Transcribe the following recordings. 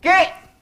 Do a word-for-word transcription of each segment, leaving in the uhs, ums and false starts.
¿Qué?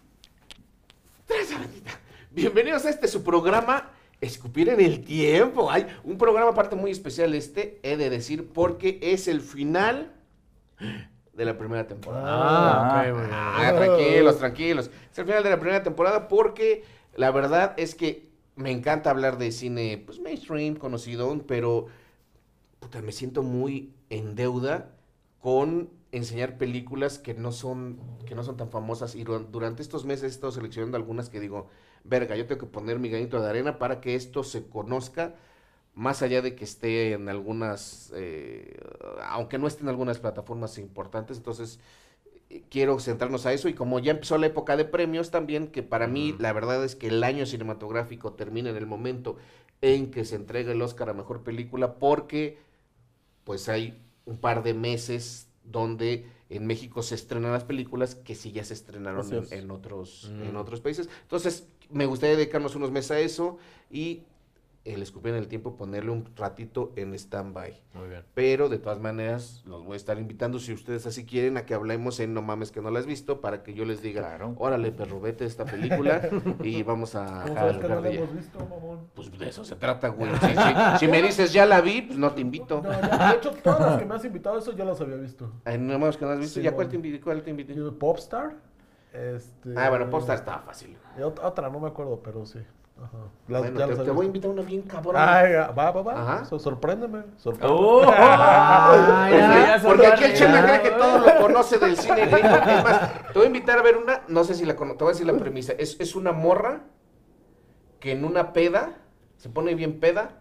Bienvenidos a este su programa Escupir en el Tiempo. Hay un programa aparte muy especial este, he de decir, porque es el final de la primera temporada. Ah, ok, muy bien. Ah, tranquilos, tranquilos. Es el final de la primera temporada porque la verdad es que me encanta hablar de cine, pues mainstream, conocido, pero puta, me siento muy en deuda con enseñar películas que no son que no son tan famosas y durante estos meses he estado seleccionando algunas que digo, verga, yo tengo que poner mi granito de arena para que esto se conozca, más allá de que esté en algunas, eh, aunque no esté en algunas plataformas importantes. Entonces eh, quiero centrarnos a eso, y como ya empezó la época de premios también, que para uh-huh. mí la verdad es que el año cinematográfico termina en el momento en que se entrega el Oscar a Mejor Película, porque pues hay un par de meses donde en México se estrenan las películas que sí ya se estrenaron en, en, otros, mm. en otros países. Entonces, me gustaría dedicarnos unos meses a eso y el Escupir en el Tiempo ponerle un ratito en stand-by. Muy bien. Pero, de todas maneras, los voy a estar invitando, si ustedes así quieren, a que hablemos en No Mames que no la has visto, para que yo les diga, claro. órale, perro, vete esta película y vamos a... ¿Cómo sabes que no la hemos visto, mamón? Pues de eso se trata, güey. Si, si, si me dices, ya la vi, pues no te invito. No, ya, de hecho, todas las que me has invitado, eso ya las había visto. Ay, No Mames que no has visto. Sí, ¿ya bueno. cuál te invité? ¿Cuál te invité? Popstar. Este... Ah, bueno, Popstar estaba fácil. Y otra, no me acuerdo, pero sí. Ajá. Las, bueno, te, te voy a invitar a una bien cabrón. Ay, va, va, va. Ajá. So, sorpréndeme. sorpréndeme. Oh, ay, ay, porque aquí el Chema cree que todo lo conoce del cine gringo. Es más, te voy a invitar a ver una, no sé si la conozco, te voy a decir la premisa. Es, es una morra que en una peda, se pone bien peda,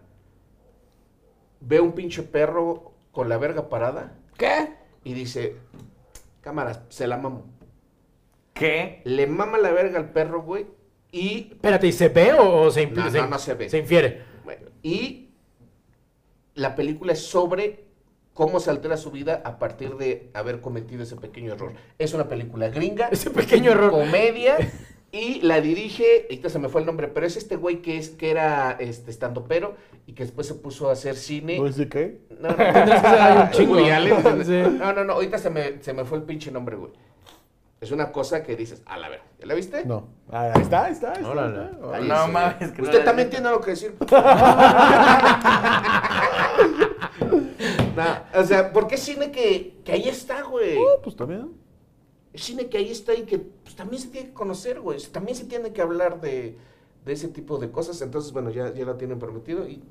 ve un pinche perro con la verga parada. ¿Qué? Y dice, cámaras, se la mamo. ¿Qué? Le mama la verga al perro, güey. Y... Espérate, ¿y se ve o, o se infiere? No, no, no se ve. Se infiere. Bueno, y la película es sobre cómo se altera su vida a partir de haber cometido ese pequeño error. Es una película gringa. Ese pequeño error. Comedia. Y la dirige, ahorita se me fue el nombre, pero es este güey que es que era este estandopero y que después se puso a hacer cine. ¿No es de qué? No, no, tendrías que ser un chingo. Sí. No, no, no, ahorita se me, se me fue el pinche nombre, güey. Es una cosa que dices, a la ver, ¿ya la viste? No. Ahí está, ahí está. Ahí no, está, no, está. no. No mames. Usted no también tiene algo que decir. No, o sea, porque es cine que, que ahí está, güey. Oh, pues también. Es cine que ahí está y que pues, también se tiene que conocer, güey. También se tiene que hablar de, de ese tipo de cosas. Entonces, bueno, ya, ya lo tienen prometido y...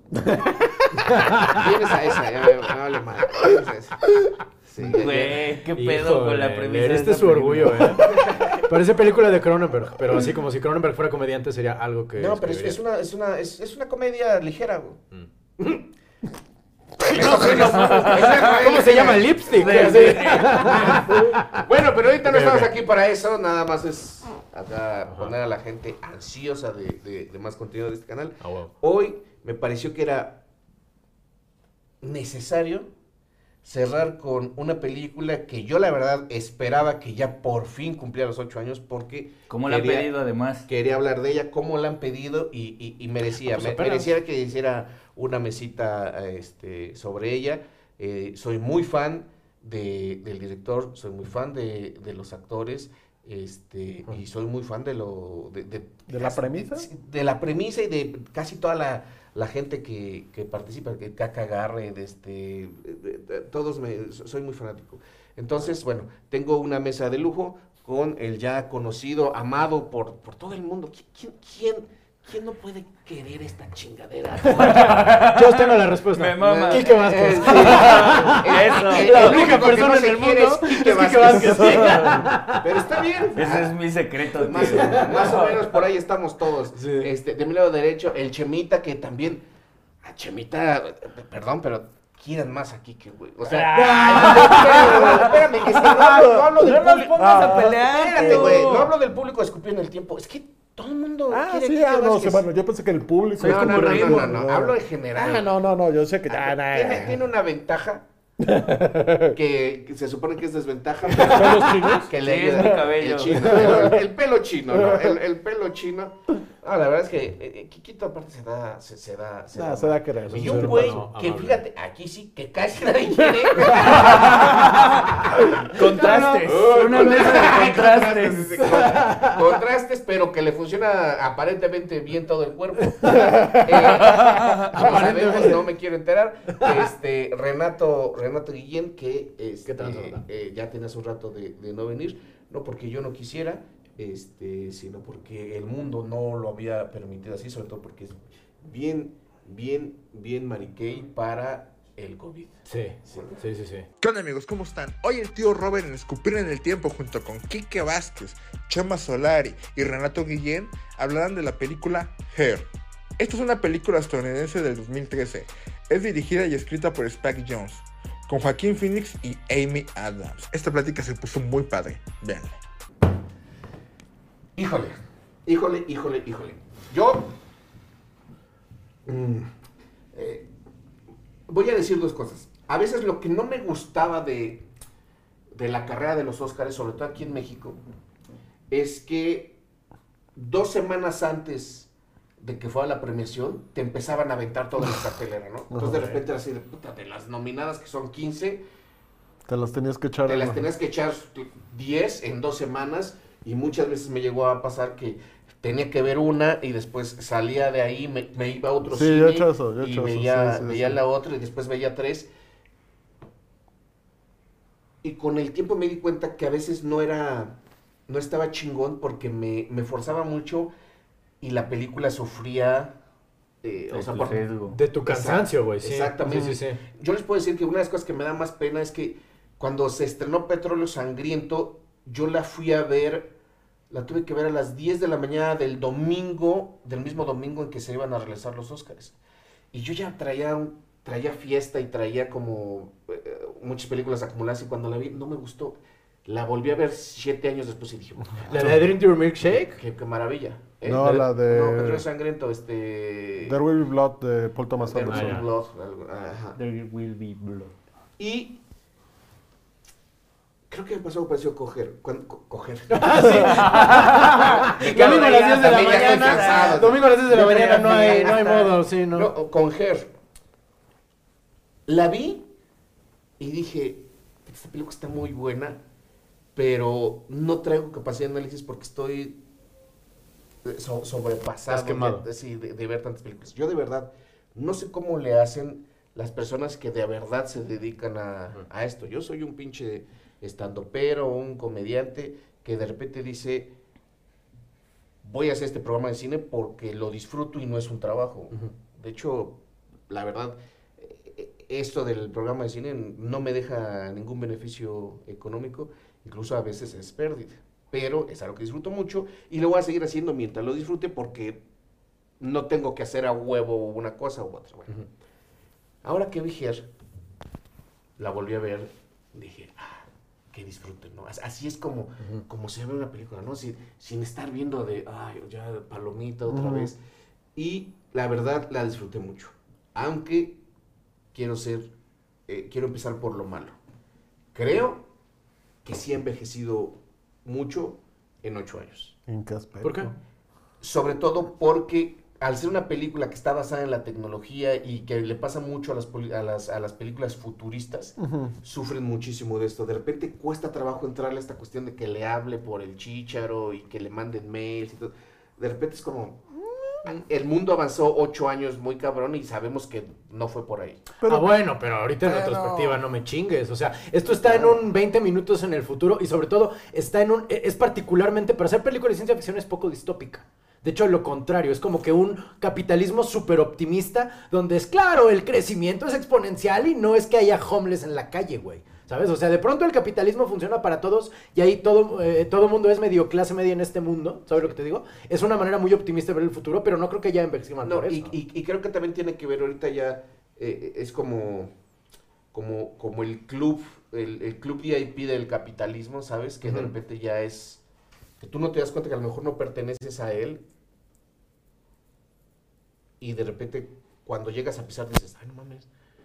Vienes a esa, ya me vale mal. Vienes a esa. Sí, güey, qué pedo Híjole, con la premisa. Este es su orgullo, ¿eh? Parece película de Cronenberg, pero así como si Cronenberg fuera comediante sería algo que... No, pero es, es, una, es, una, es, es una comedia ligera, güey. Mm. No, ¿cómo se llama? Lipstick. Sí, sí. Bueno, pero ahorita no estamos aquí para eso, nada más es acá poner a la gente ansiosa de, de, de más contenido de este canal. Oh, wow. Hoy me pareció que era necesario cerrar con una película que yo la verdad esperaba que ya por fin cumpliera los ocho años, porque... ¿Cómo la han pedido además? Quería hablar de ella, cómo la han pedido y, y, y merecía, pues me, merecía que hiciera una mesita este, sobre ella. Eh, soy muy fan de, del director, soy muy fan de, de los actores, este, y soy muy fan de lo... ¿De, de, ¿De la premisa? De, de la premisa y de casi toda la... la gente que, que participa, que Caca Garre, de este, de, de, todos me, soy muy fanático. Entonces, bueno, tengo una mesa de lujo con el ya conocido, amado por, por todo el mundo. ¿Quién, quién, quién no puede querer esta chingadera? Yo tengo la respuesta. Me mama. Quique Vázquez. Eh, sí. Eso. La única persona en el mundo es Quique Vázquez. Pero está bien. Ese es mi secreto. Más, más o menos por ahí estamos todos. Sí. Este, de mi lado derecho, el Chemita, que también... A Chemita, perdón, pero... Quieran más aquí que güey. O sea, ay, espérame, que es que no hablo, no hablo del no público. No nos pongas a pelear. Espérate, güey. No hablo del público escupiendo el tiempo. Es que todo el mundo ah, quiere sí, que ah, no, o sea, bueno, yo pensé que el público. No, no, no, no, no, no, hablo en general. Ah, no, no, no, yo sé que. Ah, nah, tiene, tiene una ventaja que, que se supone que es desventaja. ¿Los pelos chinos? Que le sí, es mi cabello. El, chino, el, el pelo chino, ¿no? El, el pelo chino. Ah, la verdad es que eh, Kikito aparte se da, se, se da, se Nah, da. se da a querer. Y un un ser güey humano que amable. fíjate, aquí sí, que casi nadie quiere. Contrastes. Oh, Una mesa de contrastes. sí, sí, con- contrastes, pero que le funciona aparentemente bien todo el cuerpo. Eh, no sabemos, no me quiero enterar. Este, Renato, Renato Guillén, que este, ¿Qué tranza? eh, ya tenías un rato de, de no venir, no porque yo no quisiera, este, sino porque el mundo no lo había permitido así, sobre todo porque es bien, bien, bien mariquey para el COVID. Sí, sí, sí, sí. sí. ¿Qué onda, amigos? ¿Cómo están? Hoy el tío Robert en Escupir en el Tiempo junto con Quique Vázquez, Chema Solari y Renato Guillén hablarán de la película Her. Esta es una película estadounidense del dos mil trece. Es dirigida y escrita por Spike Jonze, con Joaquín Phoenix y Amy Adams. Esta plática se puso muy padre. Véanla. Híjole, híjole, híjole, híjole. Yo mm, eh, voy a decir dos cosas. A veces lo que no me gustaba de, de la carrera de los Óscares, sobre todo aquí en México, es que dos semanas antes de que fuera la premiación, te empezaban a aventar toda la cartelera, ¿no? Entonces de repente era así de puta, de las nominadas que son quince, Te las tenías que echar. te las ¿no? tenías que echar diez en dos semanas y muchas veces me llegó a pasar que tenía que ver una y después salía de ahí, me, me iba a otro Sí, cine yo he hecho eso, yo he y hecho eso, veía, sí, sí, veía sí. la otra y después veía tres. Y con el tiempo me di cuenta que a veces no era, no estaba chingón porque me, me forzaba mucho y la película sufría, eh, o De sea, tu por, sesgo. De tu cansancio, güey, sí. Exactamente. Sí, sí, sí. Yo les puedo decir que una de las cosas que me da más pena es que cuando se estrenó Petróleo Sangriento, yo la fui a ver, la tuve que ver a las diez de la mañana del domingo, del mismo domingo en que se iban a realizar los Óscares. Y yo ya traía, un- traía fiesta y traía como eh, muchas películas acumuladas y cuando la vi no me gustó. La volví a ver siete años después y dije, ¿La de Drink Your Milkshake? qué, qué maravilla. Eh, No, la de- No, Petróleo Sangriento, este... There Will Be Blood de Paul Thomas There Anderson. Will Ah, Be ya. Blood, algo- ajá. There will be blood. Y creo que me pasó algo parecido a coger. Cuando, co- coger. Domingo a las diez de la También ya estoy mañana. cansado. Domingo a las diez de la Yo mañana quería no hay, no hay fiesta. modo, sí, ¿no? No, con Her. La vi y dije, esta película está muy buena, pero no traigo capacidad de análisis porque estoy eh, so- sobrepasado Estás quemado. ya, sí, de, de ver tantas películas. Yo de verdad no sé cómo le hacen las personas que de verdad se dedican a, a esto. Yo soy un pinche estandopero, un comediante que de repente dice, voy a hacer este programa de cine porque lo disfruto y no es un trabajo. Ujú. De hecho, la verdad, eh, esto del programa de cine no me deja ningún beneficio económico, incluso a veces es pérdida, pero es algo que disfruto mucho y lo voy a seguir haciendo mientras lo disfrute porque no tengo que hacer a huevo una cosa u otra. Bueno, Ujú. ahora que vi Her, la volví a ver, dije, ah, que disfruten, ¿no? As- Así es como, Ujú. como se ve una película, ¿no? Sin, sin estar viendo de, ay, ya palomita otra Ujú. vez. Y la verdad la disfruté mucho. Aunque quiero ser, eh, quiero empezar por lo malo. Creo que sí ha envejecido mucho en ocho años. ¿En qué aspecto? ¿Por qué? Sobre todo porque al ser una película que está basada en la tecnología y que le pasa mucho a las, poli- a las, a las películas futuristas, Ujú. sufren muchísimo de esto. De repente cuesta trabajo entrarle a esta cuestión de que le hable por el chícharo y que le manden mails y todo. De repente es como, mm, el mundo avanzó ocho años muy cabrón y sabemos que no fue por ahí. Pero- ah, bueno, pero ahorita en Pero- retrospectiva no me chingues. O sea, esto está en un veinte minutos en el futuro y sobre todo está en un... Es particularmente, para hacer películas de ciencia ficción es poco distópica. De hecho, lo contrario, es como que un capitalismo súper optimista donde es claro, el crecimiento es exponencial y no es que haya homeless en la calle, güey. ¿Sabes? O sea, de pronto el capitalismo funciona para todos y ahí todo eh, todo mundo es medio clase media en este mundo. ¿Sabes lo que te digo? Es una manera muy optimista de ver el futuro, pero no creo que ya envejezcan No, por y, eso. y- y creo que también tiene que ver ahorita ya, eh, es como, como, como el club, el, el club V I P del capitalismo, ¿sabes? Que de Ujú. repente ya es, que tú no te das cuenta que a lo mejor no perteneces a él y de repente cuando llegas a pisar dices, ay, no mames,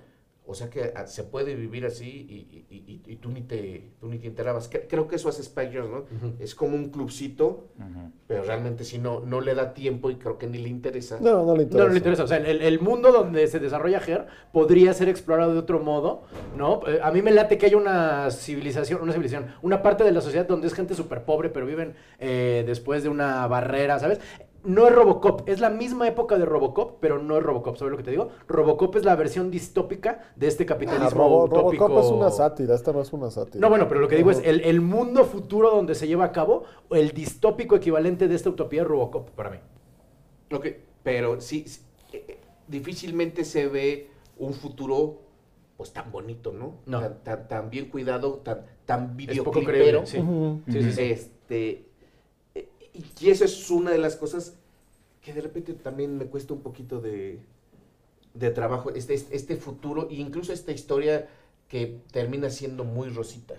O sea que ah, se puede vivir así y, y, y, y tú ni te tú ni te enterabas. Que- Creo que eso hace Spike Jonze, ¿no? Ujú. Es como un clubcito, Ujú. pero realmente si no, no le da tiempo y creo que ni le interesa. No, no le interesa. No, no le interesa. O sea, el, el mundo donde se desarrolla Her podría ser explorado de otro modo, ¿no? Eh, A mí me late que hay una civilización, una civilización, una parte de la sociedad donde es gente súper pobre, pero viven eh, después de una barrera, ¿sabes? No es Robocop, es la misma época de Robocop, pero no es Robocop, ¿sabes lo que te digo? Robocop es la versión distópica de este Ah, capitalismo Robo- utópico. Robocop es una sátira, esta no es una sátira. No, bueno, pero lo que digo es Ujú. el, el mundo futuro donde se lleva a cabo, el distópico equivalente de esta utopía es Robocop, para mí. Ok, pero sí, sí, eh, eh, difícilmente se ve un futuro pues tan bonito, ¿no? No. Tan, tan, tan bien cuidado, tan, tan Es poco videoclipero. creíble, sí. Ujú. Sí, sí, sí. Este, eh, y eso es una de las cosas que de repente también me cuesta un poquito de, de trabajo, este, este, este futuro e incluso esta historia que termina siendo muy rosita.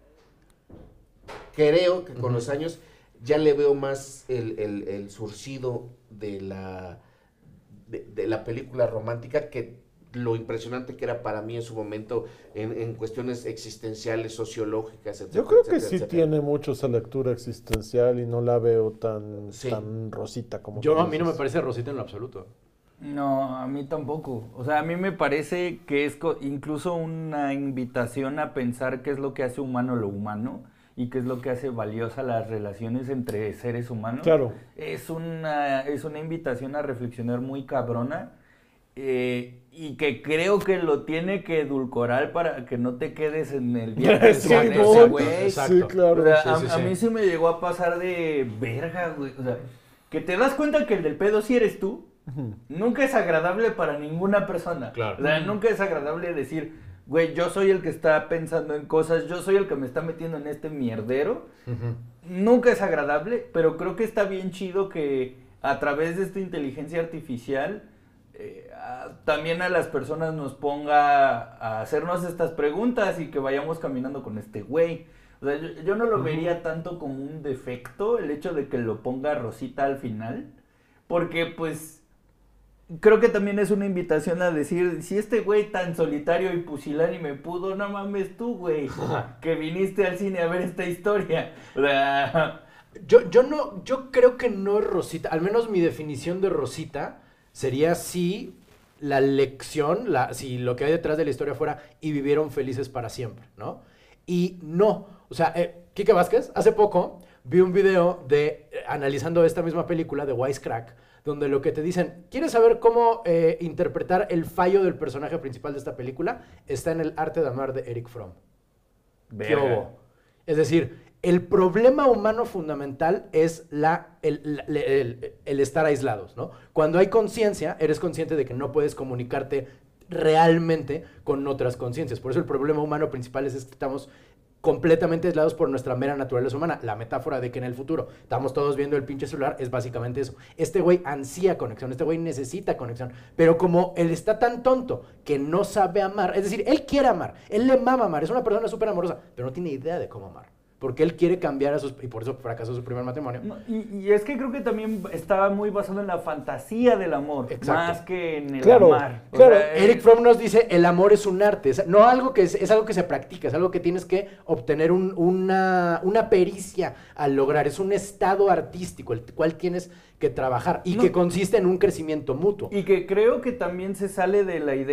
Creo que con Ujú. los años ya le veo más el, el, el surcido de la, de, de la película romántica que lo impresionante que era para mí en su momento en, en cuestiones existenciales, sociológicas, etcétera. Yo creo que etcétera, sí etcétera. tiene mucho esa lectura existencial y no la veo tan, Sí. tan rosita como Yo tú a mí no me dices. parece Rosita en lo absoluto. No, a mí tampoco. O sea, a mí me parece que es co- incluso una invitación a pensar qué es lo que hace humano lo humano y qué es lo que hace valiosa las relaciones entre seres humanos. Claro. Es una, es una invitación a reflexionar muy cabrona eh, y que creo que lo tiene que edulcorar para que no te quedes en el viaje Sí, con no, ese güey. exacto. Sí, claro. O sea, Sí, a, sí, a sí. mí sí me llegó a pasar de verga, güey. O sea, que te das cuenta que el del pedo sí eres tú. Ujú. Nunca es agradable para ninguna persona. Claro. O sea, nunca es agradable decir, güey, yo soy el que está pensando en cosas, yo soy el que me está metiendo en este mierdero. Nunca es agradable, pero creo que está bien chido que a través de esta inteligencia artificial eh, a- también a las personas nos ponga a hacernos estas preguntas y que vayamos caminando con este güey. O sea, yo, yo no lo vería tanto como un defecto el hecho de que lo ponga Rosita al final, porque pues creo que también es una invitación a decir, si este güey tan solitario y pusilánime pudo, no mames tú, güey, que viniste al cine a ver esta historia. O sea, Yo, yo no, yo creo que no es Rosita, al menos mi definición de Rosita sería si la lección, la, si lo que hay detrás de la historia fuera y vivieron felices para siempre, ¿no? Y no, o sea, eh, Quique Vázquez, hace poco vi un video de eh, analizando esta misma película de Wisecrack, donde lo que te dicen, ¿quieres saber cómo eh, interpretar el fallo del personaje principal de esta película? Está en El arte de amar de Eric Fromm. ¿Qué verga. hubo? Es decir, el problema humano fundamental es la, el, la- le- el- el estar aislados, ¿no? Cuando hay conciencia, eres consciente de que no puedes comunicarte realmente con otras conciencias. Por eso el problema humano principal es que estamos completamente aislados por nuestra mera naturaleza humana. La metáfora de que en el futuro estamos todos viendo el pinche celular es básicamente eso. Este güey ansía conexión, este güey necesita conexión, pero como él está tan tonto que no sabe amar, es decir, él quiere amar, él le mama amar, es una persona súper amorosa, pero no tiene idea de cómo amar, porque él quiere cambiar a sus... y por eso fracasó su primer matrimonio. No, y, y es que creo que también estaba muy basado en la fantasía del amor, Exacto. más que en el Claro, amar. O claro. sea, Eric es- Fromm nos dice, el amor es un arte, es, no algo que es, es algo que se practica, es algo que tienes que obtener un- una, una pericia al lograr, es un estado artístico el cual tienes que trabajar y No. que consiste en un crecimiento mutuo. Y que creo que también se sale de la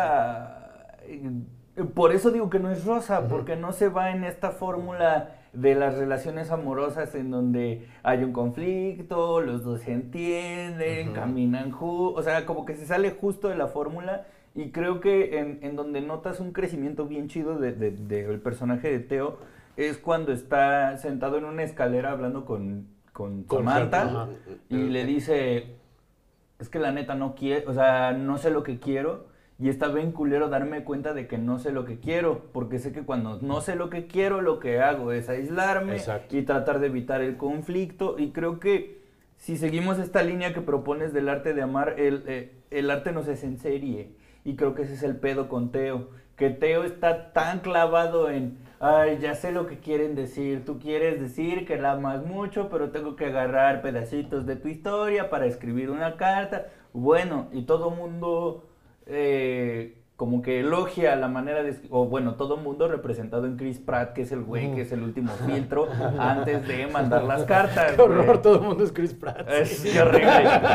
idea, eh, por eso digo que no es rosa, Ujú. porque no se va en esta fórmula de las relaciones amorosas en donde hay un conflicto, los dos se entienden, Ujú. caminan juntos, o sea, como que se sale justo de la fórmula y creo que en, en donde notas un crecimiento bien chido de- de- de- del personaje de Teo es cuando está sentado en una escalera hablando con, con Con Samantha gente, ajá. y le dice, es que la neta no quiero, o sea, no sé lo que quiero y está bien culero darme cuenta de que no sé lo que quiero, porque sé que cuando no sé lo que quiero, lo que hago es aislarme Exacto. y tratar de evitar el conflicto y creo que si seguimos esta línea que propones del arte de amar, el, eh, el arte nos es en serie y creo que ese es el pedo con Teo, que Teo está tan clavado en, ay, ya sé lo que quieren decir, tú quieres decir que la amas mucho, pero tengo que agarrar pedacitos de tu historia para escribir una carta, bueno, y todo mundo eh, como que elogia la manera de, o bueno, todo mundo representado en Chris Pratt, que es el güey, que es el último filtro antes de mandar las cartas. Qué horror, güey. todo el mundo es Chris Pratt. Es qué horrible.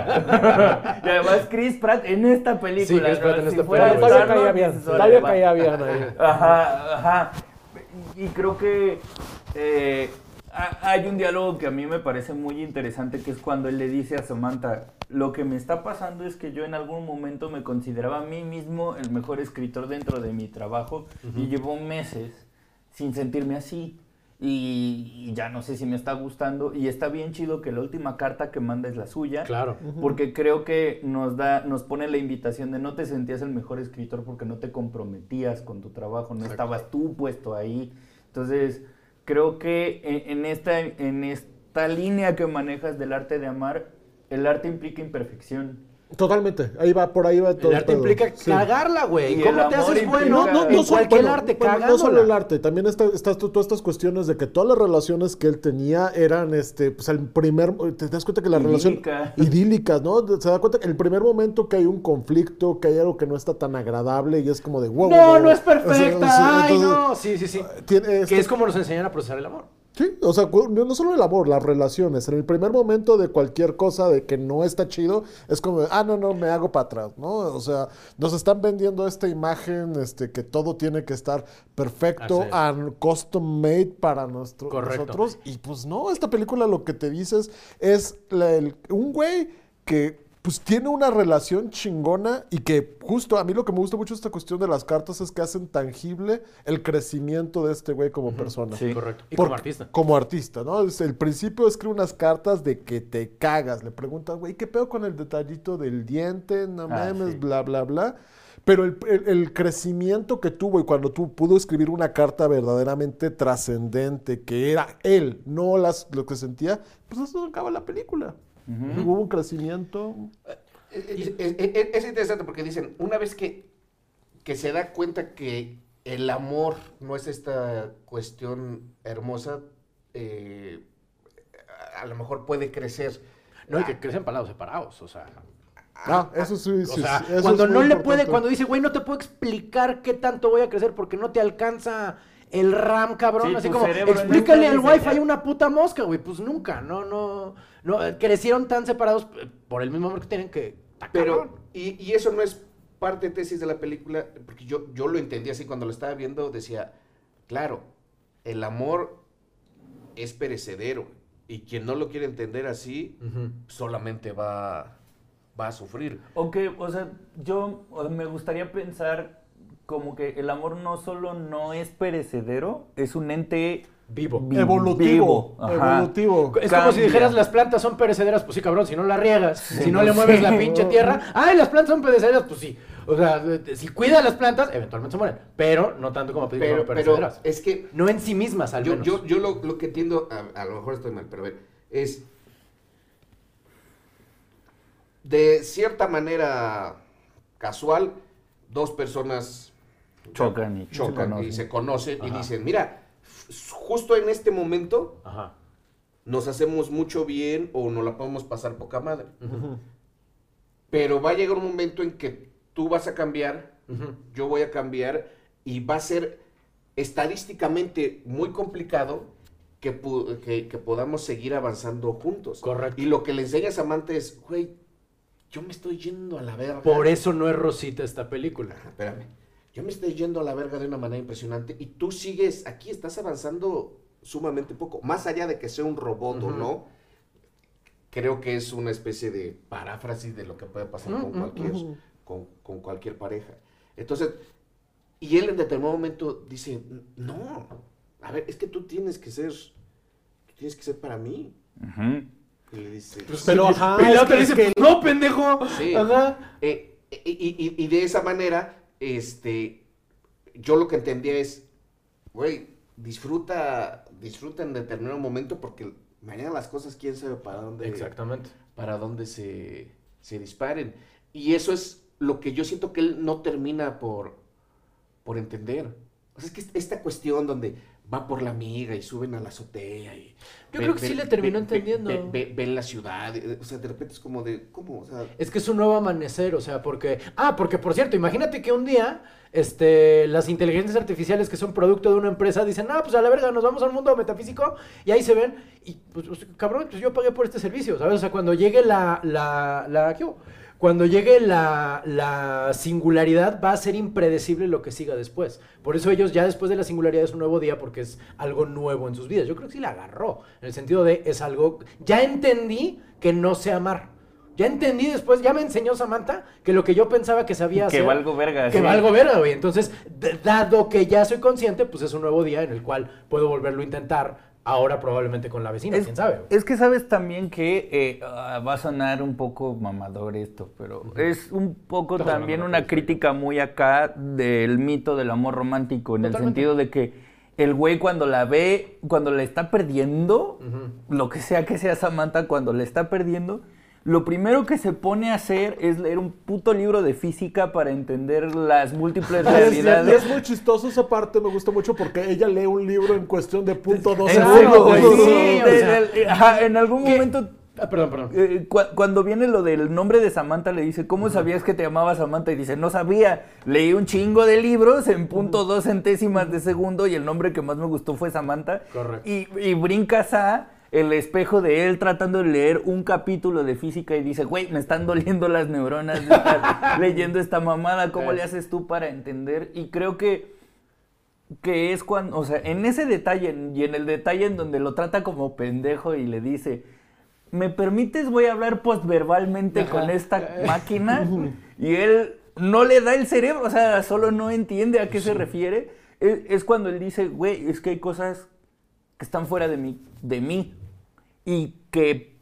Y además Chris Pratt en esta película. Sí, Chris Pratt ¿no? en Si esta fuera película. Todavía Star-Lord, caía bien, dices, todavía órale, va. caía bien ahí. Ajá, ajá. Y creo que eh, ha- hay un diálogo que a mí me parece muy interesante, que es cuando él le dice a Samantha, lo que me está pasando es que yo en algún momento me consideraba a mí mismo el mejor escritor dentro de mi trabajo y llevo meses sin sentirme así. Y, y ya no sé si me está gustando. Y está bien chido que la última carta que manda es la suya. Claro. Porque creo que nos da, nos pone la invitación de no te sentías el mejor escritor porque no te comprometías con tu trabajo, no Exacto. estabas tú puesto ahí. Entonces, creo que en, en esta, en esta línea que manejas del arte de amar, el arte implica imperfección. Totalmente, ahí va, por ahí va todo El arte pedo. implica Sí. cagarla, güey. Y ¿Cómo el te amor haces implica- bueno? No, no, en no solo- cualquier bueno, arte, bueno, cagándola. no solo el arte, también está, estás tú- todas estas cuestiones de que todas las relaciones que él tenía eran, este, pues el primer, te das cuenta que la relación Idílica. idílicas, ¿no? Se da cuenta que el primer momento que hay un conflicto, que hay algo que no está tan agradable y es como de wow. No, wow, no es o sea, perfecta. sí, Ay, entonces, no. Sí, sí, sí. tiene este- Que es como nos enseñan a procesar el amor. Sí, o sea, cu- no solo el amor, las relaciones. En el primer momento de cualquier cosa de que no está chido, es como, de, ah, no, no, me hago para atrás, ¿no? O sea, nos están vendiendo esta imagen, este, que todo tiene que estar perfecto Así es. and custom made para nuestro, Correcto. nosotros. Y pues no, esta película lo que te dices es la- el- un güey que pues tiene una relación chingona y que justo a mí lo que me gusta mucho de esta cuestión de las cartas es que hacen tangible el crecimiento de este güey como persona. Sí. Correcto. Y Porque- como artista. Como artista, ¿no? Desde el principio escribe unas cartas de que te cagas. Le preguntas, güey, ¿qué pedo con el detallito del diente? No Ah, mames, sí. bla, bla, bla. Pero el, el- el crecimiento que tuvo y cuando tú pudo escribir una carta verdaderamente trascendente, que era él, no las, lo que sentía, pues eso acaba la película. Hubo un crecimiento. Es, es- es- es interesante porque dicen, una vez que, que se da cuenta que el amor no es esta cuestión hermosa, eh, a, a lo mejor puede crecer. No, y que crecen para lados separados, o sea. Ah, eso sí, O sí, sea, sí, eso cuando es muy no le importante. puede, cuando dice, güey, no te puedo explicar qué tanto voy a crecer porque no te alcanza el RAM, cabrón. Sí, así tu como, cerebro explícale nunca al dice, Wi-Fi ya. una puta mosca, güey. Pues nunca, no, no, no. eh, Crecieron tan separados eh, por el mismo amor que tienen que. está Pero, cabrón. y, y eso no es parte de tesis de la película, porque yo, yo lo entendí así cuando lo estaba viendo, decía, claro, el amor es perecedero, y quien no lo quiere entender así, Ujú. solamente va, va a sufrir. O que, o sea, yo o sea, me gustaría pensar como que el amor no solo no es perecedero, es un ente Vivo. vi- Evolutivo. vivo. Ajá. Evolutivo. Es como si Cambia. dijeras las plantas son perecederas, pues sí, cabrón, si no la riegas, si no le mueves la pinche tierra, ay, las plantas son perecederas, pues sí. O sea, de- de- si cuidas las plantas, eventualmente se mueren, pero no tanto como pedir que Pero, son pero perecederas. es que No en sí mismas, al yo, menos. yo, yo lo, lo que entiendo, a, a lo mejor estoy mal, pero a ver, es de cierta manera casual, dos personas Chocan y chocan se y se conocen y Ajá. dicen, mira, f- justo en este momento Ajá. nos hacemos mucho bien o nos la podemos pasar poca madre. Pero va a llegar un momento en que tú vas a cambiar, Ujú. yo voy a cambiar y va a ser estadísticamente muy complicado que, pu- que, que podamos seguir avanzando juntos. Correcto. Y lo que le enseñas a Samantha es, güey, yo me estoy yendo a la verga. Por eso no es Rosita esta película. Ajá, espérame. Yo me estoy yendo a la verga de una manera impresionante y tú sigues aquí, estás avanzando sumamente poco. Más allá de que sea un robot o Ujú. no, creo que es una especie de paráfrasis de lo que puede pasar con, Ujú, cualquier, ujú. con, con cualquier pareja. Entonces, y él en determinado momento dice, no, a ver, es que tú tienes que ser, tú tienes que ser para mí. Ujú. Y le dice, Pero ajá, Y la es otra que- dice, es que- pues no, pendejo. Sí. Ajá. Eh, y, y- y de esa manera, este, yo lo que entendía es, güey, disfruta, disfruta en determinado momento porque mañana las cosas, quién sabe para dónde, Exactamente. para dónde se, se disparen. Y eso es lo que yo siento que él no termina por, por entender. O sea, es que esta cuestión donde va por la amiga y suben a la azotea y... Yo creo que sí le terminó entendiendo. Ven ve, ve la ciudad, o sea, de repente es como de, ¿cómo? O sea, es que es un nuevo amanecer, o sea, porque... Ah, porque por cierto, imagínate que un día este, las inteligencias artificiales que son producto de una empresa dicen, ah, pues a la verga, nos vamos al mundo metafísico y ahí se ven y, pues, cabrón, pues yo pagué por este servicio, ¿sabes? O sea, cuando llegue la... la, la ¿qué hubo? Cuando llegue la, la singularidad va a ser impredecible lo que siga después. Por eso ellos ya después de la singularidad es un nuevo día porque es algo nuevo en sus vidas. Yo creo que sí la agarró, en el sentido de es algo... Ya entendí que no sé amar. Ya entendí después, ya me enseñó Samantha que lo que yo pensaba que sabía hacer... Que valgo verga. Que sí. valgo verga, güey. Entonces, d- dado que ya soy consciente, pues es un nuevo día en el cual puedo volverlo a intentar. Ahora probablemente con la vecina, Es, quién sabe. Es que sabes también que eh, uh, va a sonar un poco mamador esto, pero uh-huh. es un poco no, también no, no, una no, crítica muy acá del mito del amor romántico, en Totalmente. el sentido de que el güey cuando la ve, cuando la está perdiendo, uh-huh. lo que sea que sea Samantha, cuando la está perdiendo, lo primero que se pone a hacer es leer un puto libro de física para entender las múltiples realidades. Y es muy chistoso esa parte, me gusta mucho porque ella lee un libro en cuestión de punto dos ¿En segundos, güey. Sí, Sí, o sea, en, el- ajá, en algún ¿qué? momento... Ah, perdón, perdón. Eh, cu- cuando viene lo del nombre de Samantha, le dice, ¿cómo sabías que te llamaba Samantha? Y dice, no sabía, leí un chingo de libros en punto dos centésimas de segundo y el nombre que más me gustó fue Samantha. Correcto. Y, y brincas a el espejo de él tratando de leer un capítulo de física y dice, güey, me están doliendo las neuronas de estar leyendo esta mamada, ¿cómo le haces tú para entender? Y creo que, que es cuando, o sea, en ese detalle y en el detalle en donde lo trata como pendejo y le dice... ¿Me permites? Voy a hablar postverbalmente Ajá. con esta máquina. Y él no le da el cerebro, o sea, solo no entiende a qué sí. se refiere. Es, es cuando él dice, güey, es que hay cosas que están fuera de mí, de mí. Y que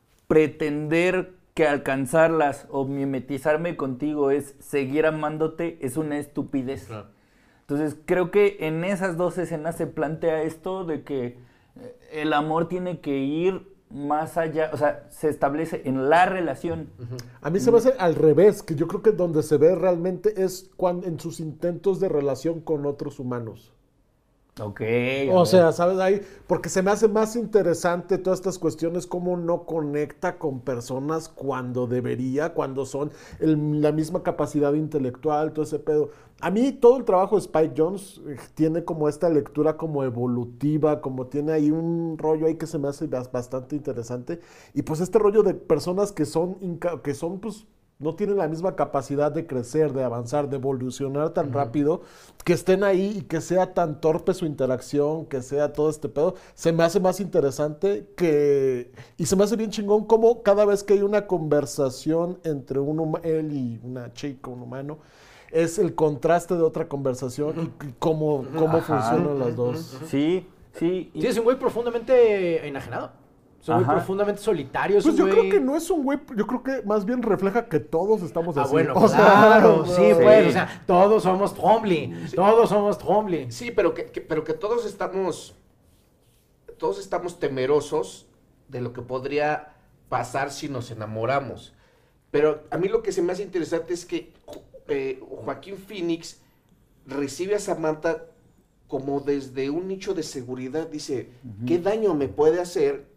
pretender que alcanzarlas o mimetizarme contigo es seguir amándote, es una estupidez. Claro. Entonces, creo que en esas dos escenas se plantea esto de que el amor tiene que ir más allá, o sea, se establece en la relación. Uh-huh. A mí se me hace al revés, que yo creo que donde se ve realmente es cuando, en sus intentos de relación con otros humanos. Ok. O sea, ¿sabes? Ahí, porque se me hace más interesante todas estas cuestiones, cómo no conecta con personas cuando debería, cuando son el, la misma capacidad intelectual, todo ese pedo. A mí todo el trabajo de Spike Jonze eh, tiene como esta lectura como evolutiva, como tiene ahí un rollo ahí que se me hace bastante interesante. Y pues este rollo de personas que son, inca- que son pues... no tienen la misma capacidad de crecer, de avanzar, de evolucionar tan uh-huh. rápido, que estén ahí y que sea tan torpe su interacción, que sea todo este pedo, se me hace más interesante que... Y se me hace bien chingón como cada vez que hay una conversación entre un huma- él y una chica, un humano, es el contraste de otra conversación uh-huh. y cómo, uh-huh. cómo funcionan uh-huh. las dos. Uh-huh. Sí, sí. Sí, es un güey profundamente enajenado. Es un güey profundamente solitario. Es pues un yo güey... creo que no es un güey, yo creo que más bien refleja que todos estamos ah, así. bueno, o sea, claro, sí, sí, pues, o sea, todos somos Twombly, sí. todos somos Twombly. Sí, pero que, que, pero que todos estamos, todos estamos temerosos de lo que podría pasar si nos enamoramos. Pero a mí lo que se me hace interesante es que eh, Joaquín Phoenix recibe a Samantha como desde un nicho de seguridad. Dice, uh-huh. ¿qué daño me puede hacer?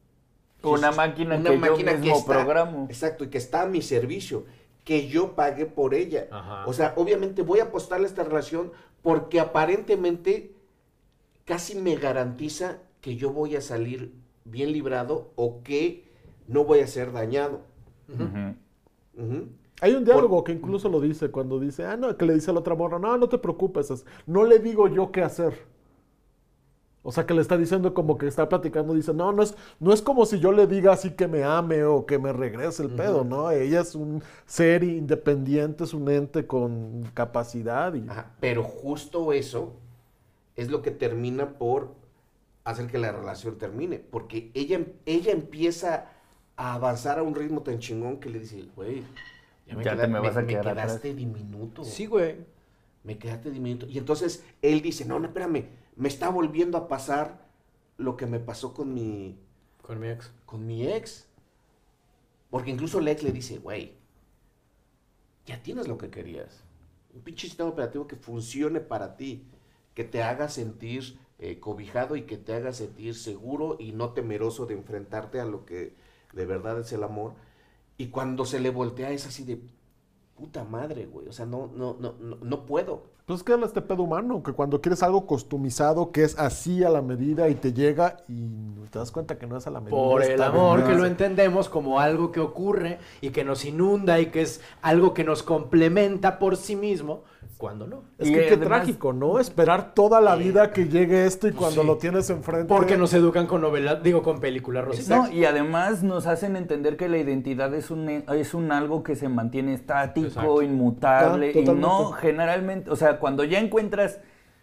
Una máquina una que máquina yo mismo que está, programo. Exacto, y que está a mi servicio, que yo pagué por ella. Ajá. O sea, obviamente voy a apostarle a esta relación porque aparentemente casi me garantiza que yo voy a salir bien librado o que no voy a ser dañado. Uh-huh. Uh-huh. Hay un diálogo por... que incluso lo dice cuando dice, ah, no, que le dice a la otra morra, no, no te preocupes, no le digo yo qué hacer. O sea, que le está diciendo como que está platicando, dice, no, no es, no es como si yo le diga así que me ame o que me regrese el uh-huh. pedo, ¿no? Ella es un ser independiente, es un ente con capacidad. Y... Ajá, pero justo eso es lo que termina por hacer que la relación termine, porque ella, ella empieza a avanzar a un ritmo tan chingón que le dice, güey, ya, me, ya queda, te me vas me, a quedar me quedaste atrás. diminuto. Sí, güey. Me quedaste diminuto. Y entonces él dice, no, no, espérame, me está volviendo a pasar lo que me pasó con mi... Con mi ex. Con mi ex. Porque incluso el ex le dice, güey, ya tienes lo que querías. Un pinche sistema operativo que funcione para ti, que te haga sentir eh, cobijado y que te haga sentir seguro y no temeroso de enfrentarte a lo que de verdad es el amor. Y cuando se le voltea es así de puta madre, güey. O sea, no, no, no, no, no puedo. Pues es que es este pedo humano, que cuando quieres algo customizado, que es así a la medida y te llega y te das cuenta que no es a la medida. Por el está amor bien. que lo entendemos como algo que ocurre y que nos inunda y que es algo que nos complementa por sí mismo, cuando no. Es Y que qué además- trágico, ¿no? Esperar toda la vida que llegue esto y cuando Sí. lo tienes enfrente. Porque nos educan con novelas, digo, con películas rositas. No, y además nos hacen entender que la identidad es un, es un algo que se mantiene estático, Exacto. inmutable, Ah, y no totalmente. generalmente, o sea, cuando ya encuentras,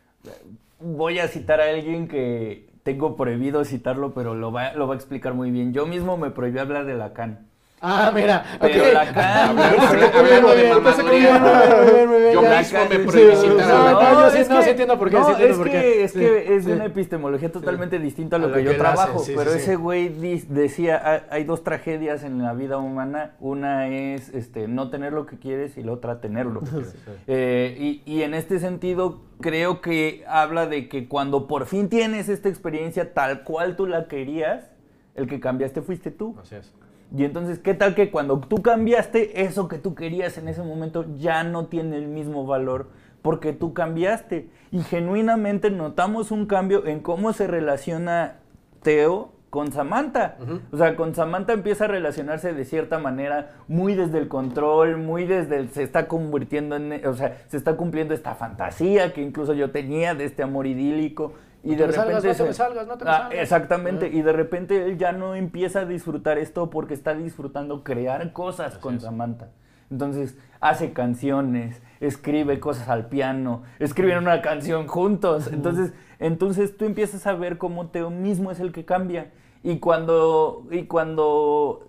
voy a citar a alguien que tengo prohibido citarlo, pero lo va, lo va a explicar muy bien. Yo mismo me prohibí hablar de Lacan. Ah, mira. Pero ok. Lacan, Hablando, Muy bien, hablando muy de bien, entonces, muy bien, mamaduría, muy bien, muy bien, yo ya. mismo me Sí, prohibí sí, citar sí, a no, Lacan. no, yo sí- es no, que- sí entiendo por qué, no, sí entiendo es por que, qué. es Sí, que es de sí. una epistemología totalmente distinta a A lo lo que que yo él trabajo. hace, sí, pero sí, ese sí. güey di- decía, hay, hay dos tragedias en la vida humana. Una es este, no tener lo que quieres y la otra tenerlo. Eh, y, y en este sentido, creo que habla de que cuando por fin tienes esta experiencia tal cual tú la querías, el que cambiaste fuiste tú. Así es. Y entonces, ¿qué tal que cuando tú cambiaste, eso que tú querías en ese momento ya no tiene el mismo valor porque tú cambiaste? Y genuinamente notamos un cambio en cómo se relaciona Teo con Samantha. Ujú. O sea, con Samantha empieza a relacionarse de cierta manera, muy desde el control, muy desde el... Se está convirtiendo en... O sea, se está cumpliendo esta fantasía que incluso yo tenía de este amor idílico. Y No de te me salgas, repente no te se- me salgas, no te me Ah, salgas. exactamente, Ah. y de repente él ya no empieza a disfrutar esto porque está disfrutando crear cosas Así con es. Samantha. Entonces hace canciones, escribe cosas al piano, escriben una canción juntos. Entonces, entonces tú empiezas a ver cómo Teo mismo es el que cambia. Y cuando, y cuando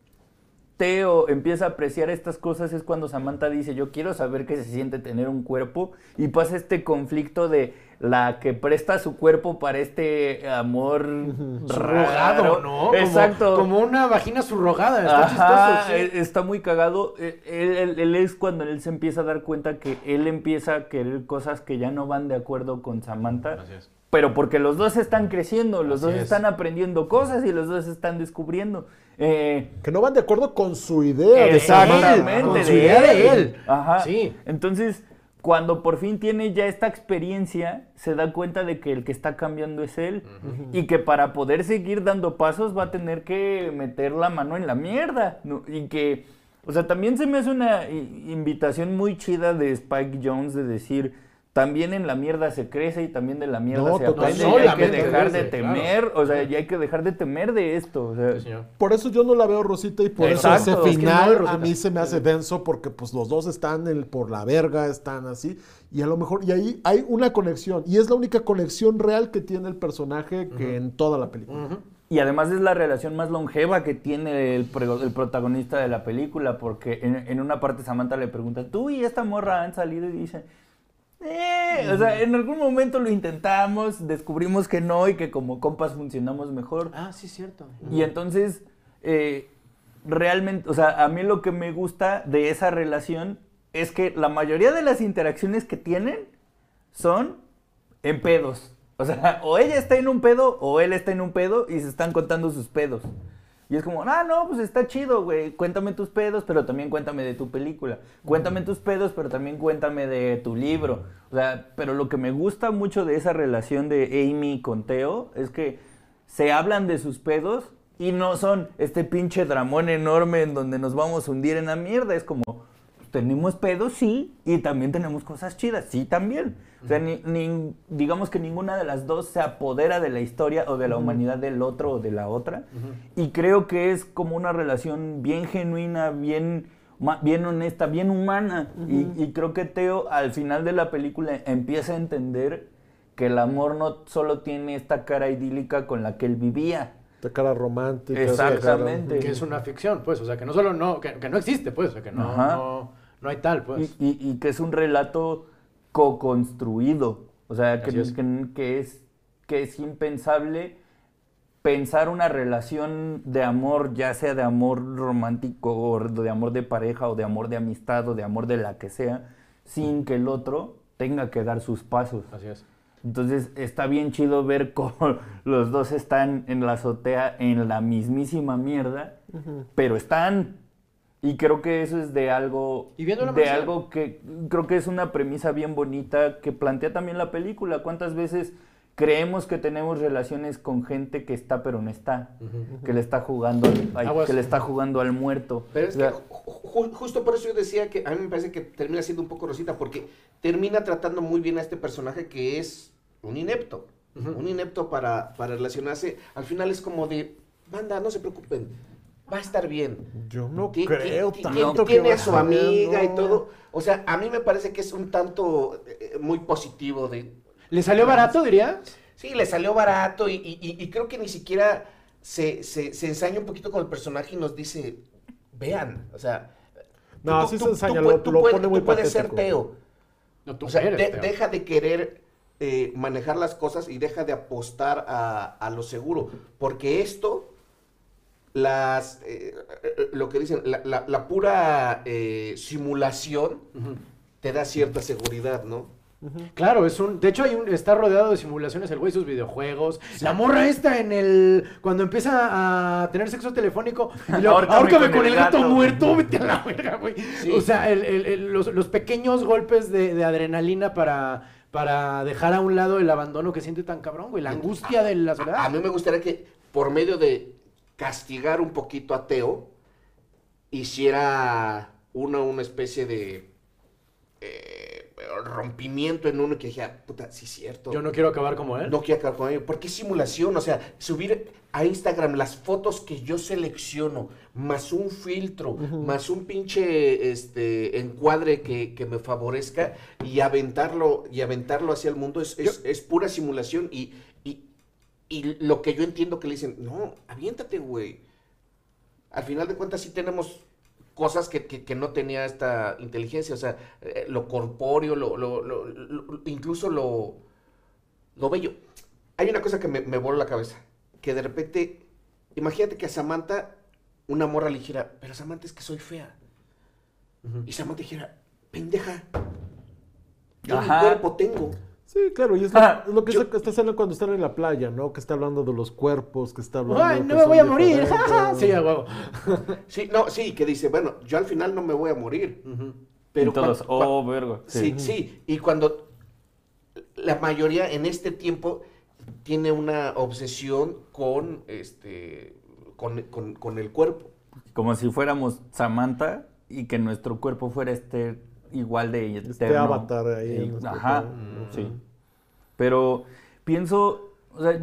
Teo empieza a apreciar estas cosas es cuando Samantha dice, yo quiero saber qué se siente tener un cuerpo, y pasa este conflicto de la que presta su cuerpo para este amor Surrogado, raro. ¿no? Como- Exacto. Como una vagina subrogada. Está Ajá, chistoso. sí. e- está muy cagado. Él, él- él es cuando él se empieza a dar cuenta que él empieza a querer cosas que ya no van de acuerdo con Samantha. Así es. Pero porque los dos están creciendo, los Así dos es. están aprendiendo cosas y los dos están descubriendo. Eh, Que no van de acuerdo con su idea. de Exactamente, Con de, su idea de él. Ajá. Sí. Entonces, cuando por fin tiene ya esta experiencia, se da cuenta de que el que está cambiando es él. Y que para poder seguir dando pasos va a tener que meter la mano en la mierda. ¿no? Y que, o sea, también se me hace una i- invitación muy chida de Spike Jonze de decir... También en la mierda se crece y también de la mierda No, se total- aprende. no y hay que solamente dejar de crece, claro. temer, o sea, y hay que dejar de temer de esto. O sea, Sí, señor. Por eso yo no la veo Rosita y por Exacto. eso Es ese que no, final Rosita. a mí se me hace denso porque pues los dos están el- por la verga, están así y a lo mejor y ahí hay una conexión y es la única conexión real que tiene el personaje que en toda la película. Ujú. Y además es la relación más longeva que tiene el, pro- el protagonista de la película, porque en, en una parte Samantha le pregunta, ¿tú y esta morra han salido? Y dice, eh, o sea, en algún momento lo intentamos, descubrimos que no y que como compas funcionamos mejor. Ah, sí, cierto. Y entonces, eh, realmente, o sea, a mí lo que me gusta de esa relación es que la mayoría de las interacciones que tienen son en pedos. O sea, o ella está en un pedo o él está en un pedo y se están contando sus pedos. Y es como, ah, no, pues está chido, güey. Cuéntame tus pedos, pero también cuéntame de tu película. Cuéntame tus pedos, pero también cuéntame de tu libro. O sea, pero lo que me gusta mucho de esa relación de Amy con Teo es que se hablan de sus pedos y no son este pinche dramón enorme en donde nos vamos a hundir en la mierda. Es como, tenemos pedos, sí, y también tenemos cosas chidas, sí, también. O sea, ni, ni- digamos que ninguna de las dos se apodera de la historia o de la humanidad del otro o de la otra. Y creo que es como una relación bien genuina, bien, ma- bien honesta, bien humana. y, y creo que Teo al final de la película empieza a entender que el amor no solo tiene esta cara idílica con la que él vivía. De cara romántica. esa cara- Exactamente. Que es una ficción, pues. O sea, que no solo no, que, que no existe, pues. O sea, que no, Ajá. no, no hay tal, pues. Y, y- y que es un relato co-construido. O sea, que, Así es. que- que es, que es impensable pensar una relación de amor, ya sea de amor romántico o de amor de pareja o de amor de amistad o de amor de la que sea, sin que el otro tenga que dar sus pasos. Así es. Entonces está bien chido ver cómo los dos están en la azotea en la mismísima mierda, uh-huh. pero están. Y creo que eso es de algo, ¿Y viendo la de mansión? algo que creo que es una premisa bien bonita que plantea también la película. ¿Cuántas veces creemos que tenemos relaciones con gente que está pero no está? Uh-huh. Que le está jugando, ay, que le está jugando al muerto. Pero es o sea, que ju- justo por eso yo decía que a mí me parece que termina siendo un poco Rosita, porque termina tratando muy bien a este personaje que es un inepto. Uh-huh. Un inepto para, para relacionarse. Al final es como de, banda, no se preocupen. Va a estar bien. Yo no ¿Qué, creo qué, tanto que tiene va a su a amiga bien, y no. todo. O sea, a mí me parece que es un tanto eh, muy positivo de... ¿Le salió barato, dirías? Sí, le salió barato y, y, y creo que ni siquiera se, se, se ensaña un poquito con el personaje y nos dice, vean, o sea... No, tú, sí tú, se ensaña, tú, lo, tú, lo puedes, pone muy tú puedes ser patético. Teo. No, tú o sea, eres de, Teo. deja de querer eh, manejar las cosas y deja de apostar a, a lo seguro, porque esto... las eh, lo que dicen, la, la, la pura eh, simulación uh-huh. te da cierta seguridad, ¿no? Uh-huh. Claro, es un, de hecho hay un, está rodeado de simulaciones el güey, sus videojuegos, sí. La morra esta en el, cuando empieza a tener sexo telefónico, y lo, ahórcame con el gato, gato muerto, vete a la verga, güey. Sí. O sea, el, el, el, los, los pequeños golpes de, de adrenalina para, para dejar a un lado el abandono que siente tan cabrón, güey, la angustia de la soledad. A, a mí me gustaría que por medio de castigar un poquito a Teo, hiciera una, una especie de eh, rompimiento en uno que dije, puta, sí es cierto. Yo no quiero acabar como él. No quiero acabar como él. ¿Por qué simulación? O sea, subir a Instagram las fotos que yo selecciono, más un filtro, uh-huh. más un pinche este, encuadre que, que me favorezca y aventarlo, y aventarlo hacia el mundo es, es, es pura simulación y... Y lo que yo entiendo que le dicen, no, aviéntate, güey. Al final de cuentas sí tenemos cosas que, que, que no tenía esta inteligencia, o sea, eh, lo corpóreo, lo, lo, lo, lo, incluso lo, lo bello. Hay una cosa que me, me voló la cabeza, que de repente, imagínate que a Samantha una morra le dijera, pero Samantha es que soy fea. Uh-huh. Y Samantha dijera, pendeja, yo mi cuerpo tengo. Sí, claro, y es lo, ah, es lo que yo, está haciendo cuando están en la playa, ¿no? Que está hablando de los cuerpos, que está hablando... ¡Ay, no me voy a morir! ¡Ja, sí, a huevo. Sí, no, sí, que dice, bueno, yo al final no me voy a morir. Uh-huh. Pero y todos, cuando, oh, cuando, verga. Sí, sí, uh-huh. sí, y cuando la mayoría en este tiempo tiene una obsesión con, este, con, con, con el cuerpo. Como si fuéramos Samantha y que nuestro cuerpo fuera este... igual de este eterno. avatar ahí. Y, ajá, mm, sí. Pero pienso, o sea,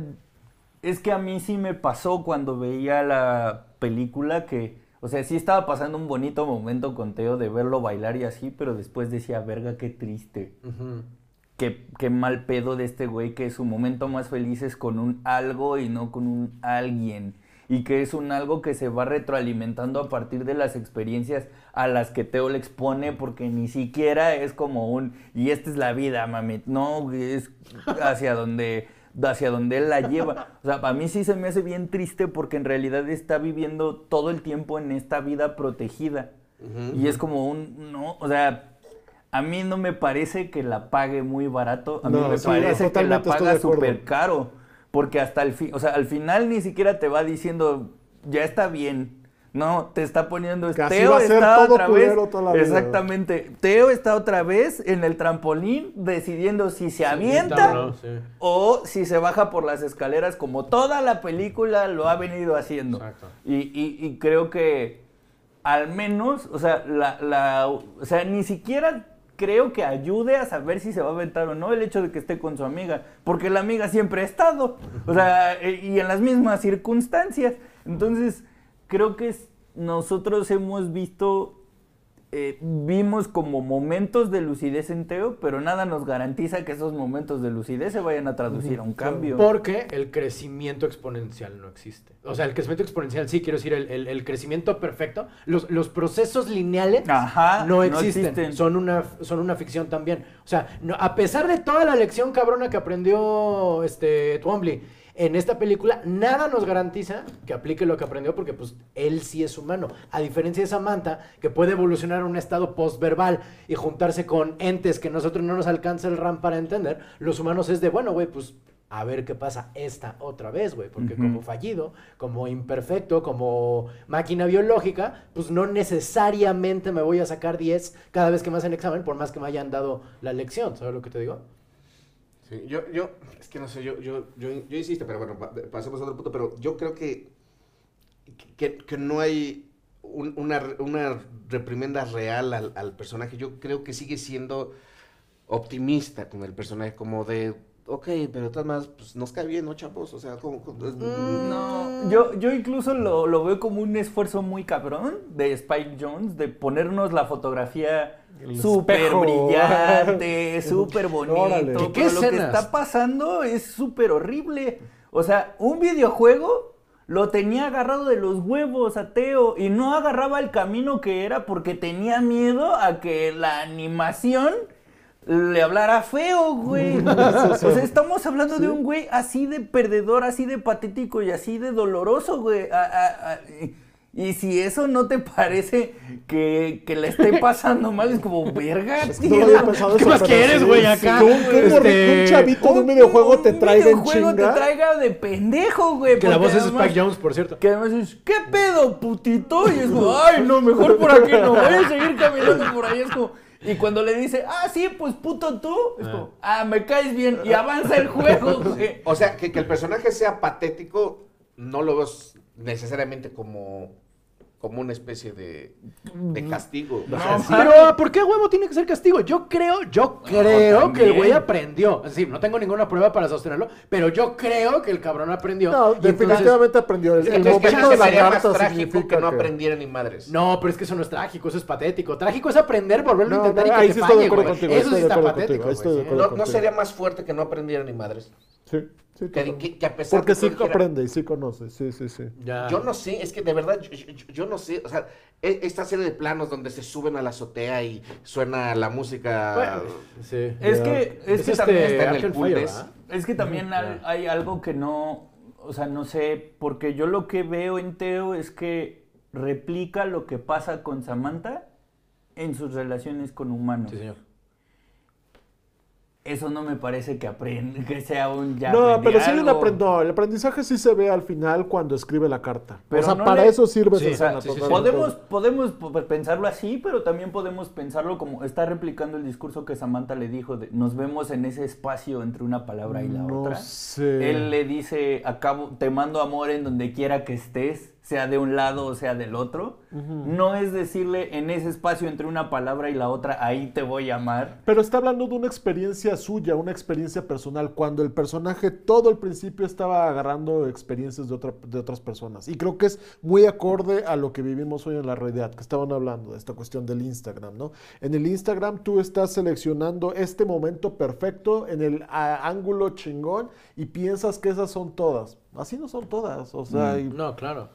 es que a mí sí me pasó cuando veía la película que, o sea, sí estaba pasando un bonito momento con Teo de verlo bailar y así, pero después decía, verga, qué triste. Uh-huh. Qué, qué mal pedo de este güey que su momento más feliz es con un algo y no con un alguien. Y que es un algo que se va retroalimentando a partir de las experiencias a las que Teo le expone, porque ni siquiera es como un, y esta es la vida, mami, no, es hacia donde, hacia donde él la lleva. O sea, para mí sí se me hace bien triste porque en realidad está viviendo todo el tiempo en esta vida protegida. Uh-huh. Y es como un, no, o sea, a mí no me parece que la pague muy barato, a mí no, me sí, parece no, que la paga súper caro. Porque hasta el fin, o sea, al final ni siquiera te va diciendo, ya está bien. No, te está poniendo, que Teo está otra vez. Exactamente. Vida. Teo está otra vez en el trampolín decidiendo si se avienta sí, no, sí. o si se baja por las escaleras como toda la película lo ha venido haciendo. Exacto. Y, y, y creo que al menos, o sea, la, la, o sea, ni siquiera... creo que ayude a saber si se va a aventar o no el hecho de que esté con su amiga, porque la amiga siempre ha estado, o sea, y en las mismas circunstancias. Entonces, creo que nosotros hemos visto, eh, vimos como momentos de lucidez en Teo, pero nada nos garantiza que esos momentos de lucidez se vayan a traducir a un cambio. Porque el crecimiento exponencial no existe. O sea, el crecimiento exponencial, sí, quiero decir, el, el, el crecimiento perfecto, los, los procesos lineales Ajá, no, existen. no existen. Son una, son una ficción también. O sea, no, a pesar de toda la lección cabrona que aprendió este Twombly, En esta película nada nos garantiza que aplique lo que aprendió porque pues él sí es humano. A diferencia de Samantha, que puede evolucionar a un estado postverbal y juntarse con entes que nosotros no nos alcanza el RAM para entender, los humanos es de, bueno, güey, pues a ver qué pasa esta otra vez, güey. Porque uh-huh. como fallido, como imperfecto, como máquina biológica, pues no necesariamente me voy a sacar diez cada vez que me hacen examen, por más que me hayan dado la lección. ¿Sabes lo que te digo? Sí, yo, yo, es que no sé, yo, yo, yo, yo insisto, pero bueno, pasemos a otro punto, pero yo creo que, que, que no hay un, una, una reprimenda real al, al personaje. Yo creo que sigue siendo optimista con el personaje, como de... Ok, pero de todas maneras, pues nos cae bien, ¿no, chavos? O sea, como... como mm, no, yo, yo incluso lo, lo veo como un esfuerzo muy cabrón de Spike Jonze de ponernos la fotografía súper brillante, súper bonito. Órale. ¿Qué, qué pero lo que escenas? está pasando es súper horrible. O sea, un videojuego lo tenía agarrado de los huevos a Teo y no agarraba el camino que era porque tenía miedo a que la animación... le hablara feo, güey. O sea, estamos hablando ¿sí? de un güey así de perdedor, así de patético y así de doloroso, güey. A, a, a, y, y si eso no te parece que, que le esté pasando mal, es como, verga, es que tío. no lo había pensado ¿Qué eso, más pero quieres, sí, güey, sí, acá? sí, un, que Este, un chavito de un videojuego te traiga en Un videojuego chinga. te traiga de pendejo, güey. Que la voz además, es Spike Jonze, por cierto. Que además es, ¿qué pedo, putito? Y es como, ay, no, mejor por aquí no, voy a seguir caminando por ahí. Es como... Y cuando le dice, ah, sí, pues puto tú, es como, ah, me caes bien, y avanza el juego, güey. O sea, que, que el personaje sea patético, no lo veo necesariamente como, como una especie de, de castigo. No, o sea, sí, pero ¿por qué huevo tiene que ser castigo? Yo creo, yo creo no, que el güey también. aprendió. Es decir, no tengo ninguna prueba para sostenerlo, pero yo creo que el cabrón aprendió. No, Y entonces- definitivamente aprendió. El, el entonces, ¿qué momento de la sería más carta trágico significa que no aprendiera ni madres? No, pero es que eso no es trágico, eso es patético. Trágico es aprender, volverlo No, a intentar no, y que ahí te sí estoy de falle, acuerdo güey. contigo, ahí Eso estoy sí de está acuerdo patético, contigo, ahí estoy de güey, ¿sí? acuerdo. ¿No, ¿No sería más fuerte que no aprendiera ni madres? Sí, sí. Que, totalmente. que, que a pesar Porque de sí que dijera- aprende y sí conoce, sí, sí, sí. Ya. Yo no sé, es que de verdad, yo, yo- yo no sé, o sea, e- esta serie de planos donde se suben a la azotea y suena la música... Bueno, sí. Es Ya. que, es Es que este también está en el Arcane pool Fire, de- ¿verdad? Es que también hay, hay algo que no, o sea, no sé, porque yo lo que veo en Teo es que replica lo que pasa con Samantha en sus relaciones con humanos. Sí, señor. Eso no me parece que aprenda, que sea un ya No, aprendí pero sí hay un algo. aprendizaje. No, el aprendizaje sí se ve al final cuando escribe la carta. Pero o sea, no para le- eso sirve Sí, esa o sea, escena. sí, sí, sí. totalmente. Podemos, podemos p- pensarlo así, pero también podemos pensarlo como está replicando el discurso que Samantha le dijo de nos vemos en ese espacio entre una palabra y la No otra. sé. Él le dice, acabo, te mando amor en donde quiera que estés, sea de un lado o sea del otro. Ujú. No es decirle en ese espacio entre una palabra y la otra, ahí te voy a amar. Pero está hablando de una experiencia suya, una experiencia personal, cuando el personaje todo el principio estaba agarrando experiencias de, otra, de otras personas. Y creo que es muy acorde a lo que vivimos hoy en la realidad, que estaban hablando de esta cuestión del Instagram, ¿no? En el Instagram tú estás seleccionando este momento perfecto en el a, ángulo chingón y piensas que esas son todas. Así no son todas, o sea... Mm. y- No, claro.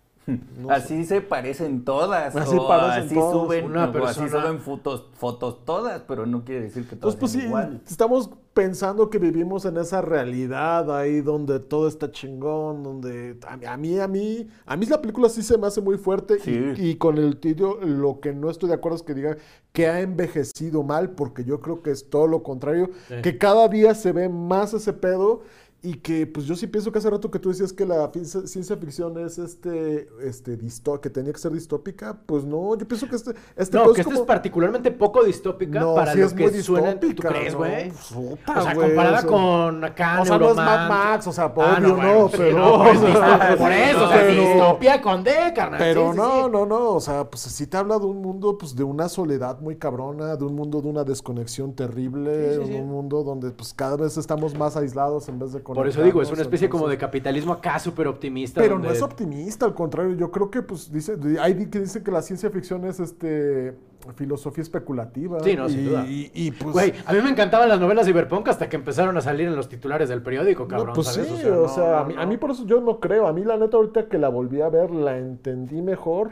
no así se parecen todas. Así o parecen así todas. suben, Una o así persona- suben fotos, fotos todas, pero no quiere decir que todas Entonces, pues sean sí, igual. estamos pensando que vivimos en esa realidad ahí donde todo está chingón, donde a mí, a mí, a mí, a mí la película sí se me hace muy fuerte Sí. y, y con el título lo que no estoy de acuerdo es que diga que ha envejecido mal, porque yo creo que es todo lo contrario, Sí. que cada día se ve más ese pedo. Y que, pues yo sí pienso que hace rato que tú decías que la fin- ciencia ficción es este, este, disto- que tenía que ser distópica, pues no, yo pienso que este, este No, pedo que es esta como- es particularmente poco distópica No, para sí lo es que muy suena. ¿Tú distópica, crees, ¿no? güey? Puta, O sea, güey, comparada o sea, con acá, o sea, no es Mad Neuromancer. Max, o sea, Ah, obvio, no, bueno, sí, pero- no, pues, o sea, por eso, o sea, pero- distopía con D, carnal. Pero sí, sí, no, sí. no, no, o sea, pues sí te habla de un mundo, pues de una soledad muy cabrona, de un mundo de una desconexión terrible, Sí, sí, sí. de un mundo donde pues cada vez estamos más aislados en vez de Por eso digo, es una conectarnos, especie como de entonces- capitalismo acá súper optimista. Pero donde- no es optimista, al contrario, yo creo que pues dice, hay di- que dicen que la ciencia ficción es este filosofía especulativa. Sí, no, sin y, duda. Y, y, pues... Güey, a mí me encantaban las novelas cyberpunk hasta que empezaron a salir en los titulares del periódico, no, cabrón. pues ¿sabes? sí, o sea, no, a, mí, no, a mí no. por eso yo no creo. A mí la neta ahorita que la volví a ver la entendí mejor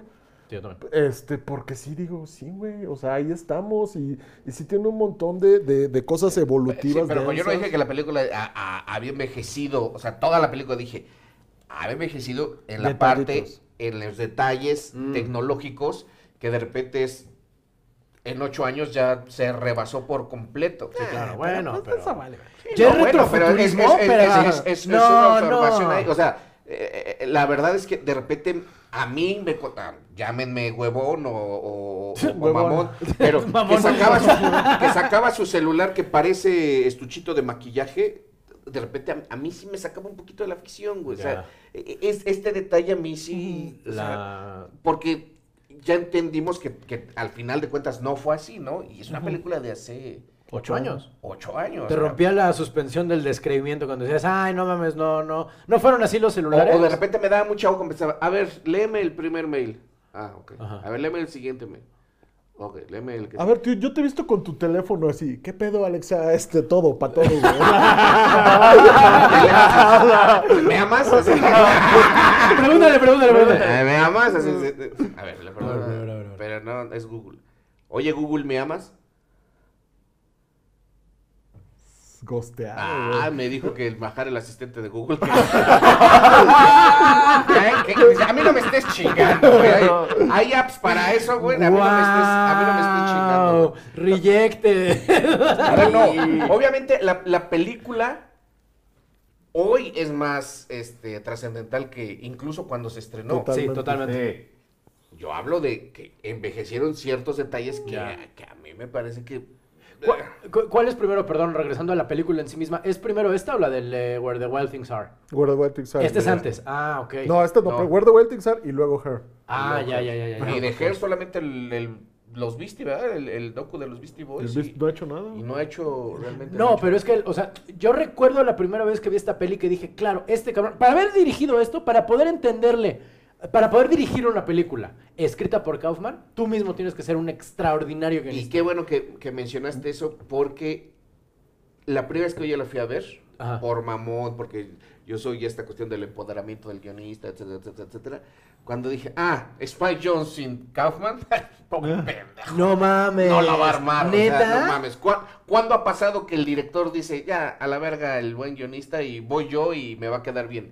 Sí, yo también. Este, porque sí digo, sí, güey, o sea, ahí estamos y, y sí tiene un montón de, de, de cosas evolutivas. Sí, pero yo no densas. dije que la película a- a- había envejecido, o sea, toda la película dije, había envejecido en la parte, Detallitos. en los detalles Mm. tecnológicos, que de repente es, en ocho años ya se rebasó por completo. Sí, claro, bueno, pues, pero... esa vale. Sí, Ya no, es bueno, pero es, es, retrofuturismo, es- pero- es- es- es No, una observación no. ahí, o sea, eh, eh, la verdad es que de repente a mí me, co- ah, llámenme huevón o, o- o- o Huevón. mamón, pero Mamón. que, sacaba su, que sacaba su celular que parece estuchito de maquillaje, de repente a, a mí sí me sacaba un poquito de la ficción, güey, o sea, e- es, este detalle a mí sí, o sea, La... porque ya entendimos que, que al final de cuentas no fue así, ¿no? Y es una película de hace Ocho años. ocho años. Te o sea, rompía la suspensión del descreimiento cuando decías, ay, no mames, no, no. ¿No fueron así los celulares? O, o de repente me daba mucha agua, empezaba, a ver, léeme el primer mail. Ah, ok. Ajá. A ver, léeme el siguiente mail. Ok, léeme el que A ver, tío, yo te he visto con tu teléfono así. ¿Qué pedo, Alexa? Este, todo, para todo, güey. ¿Me amas? Así. Pregúntale, pregúntale, pregúntale. Eh, ¿Me amas? Así, sí, sí. A ver, le A ver, a ver, a ver, a ver. pero no, es Google. Oye, Google, ¿me amas? Gosteado, Ah, güey. me dijo que bajar el asistente de Google. Que... Ay, que- que- a mí no me estés chingando, güey. Hay, hay apps para eso, güey. A mí no me estés, a mí no me estés chingando. Wow, rejected. A ver, no. Obviamente, la, la película hoy es más este, trascendental que incluso cuando se estrenó. Total. Sí, Totalmente. totalmente. Yo hablo de que envejecieron ciertos detalles que, Ya. que a mí me parece que... ¿Cu- cu- ¿Cuál es primero, perdón, regresando a la película en sí misma? ¿Es primero esta o la del eh, Where the Wild Things Are? Where the Wild Things Are. Este es antes. Ah, ok. No, este no, No. pero Where the Wild Things Are y luego Her. Ah, ya, ya, ya, ya. ya. Y de Hair solamente el, el- los Beastie, ¿verdad? El, el docu de los Beastie El Boys. Beast y, no ha hecho nada. y no ha hecho realmente... No, mucho. pero es que, o sea, yo recuerdo la primera vez que vi esta peli que dije, claro, este cabrón, para haber dirigido esto, para poder entenderle, para poder dirigir una película escrita por Kaufman, tú mismo tienes que ser un extraordinario Y guionista. qué bueno que, que mencionaste eso, porque la primera vez que yo la fui a ver, Ajá. por mamón, porque yo soy esta cuestión del empoderamiento del guionista, etcétera, etcétera, etcétera. Cuando dije, ah, Spike Jonze sin Kaufman, pobre pendejo. No mames. No la va a armar, o ¿Neta? sea, no mames. ¿Cu- ¿Cuándo ha pasado que el director dice, ya, a la verga el buen guionista y voy yo y me va a quedar bien?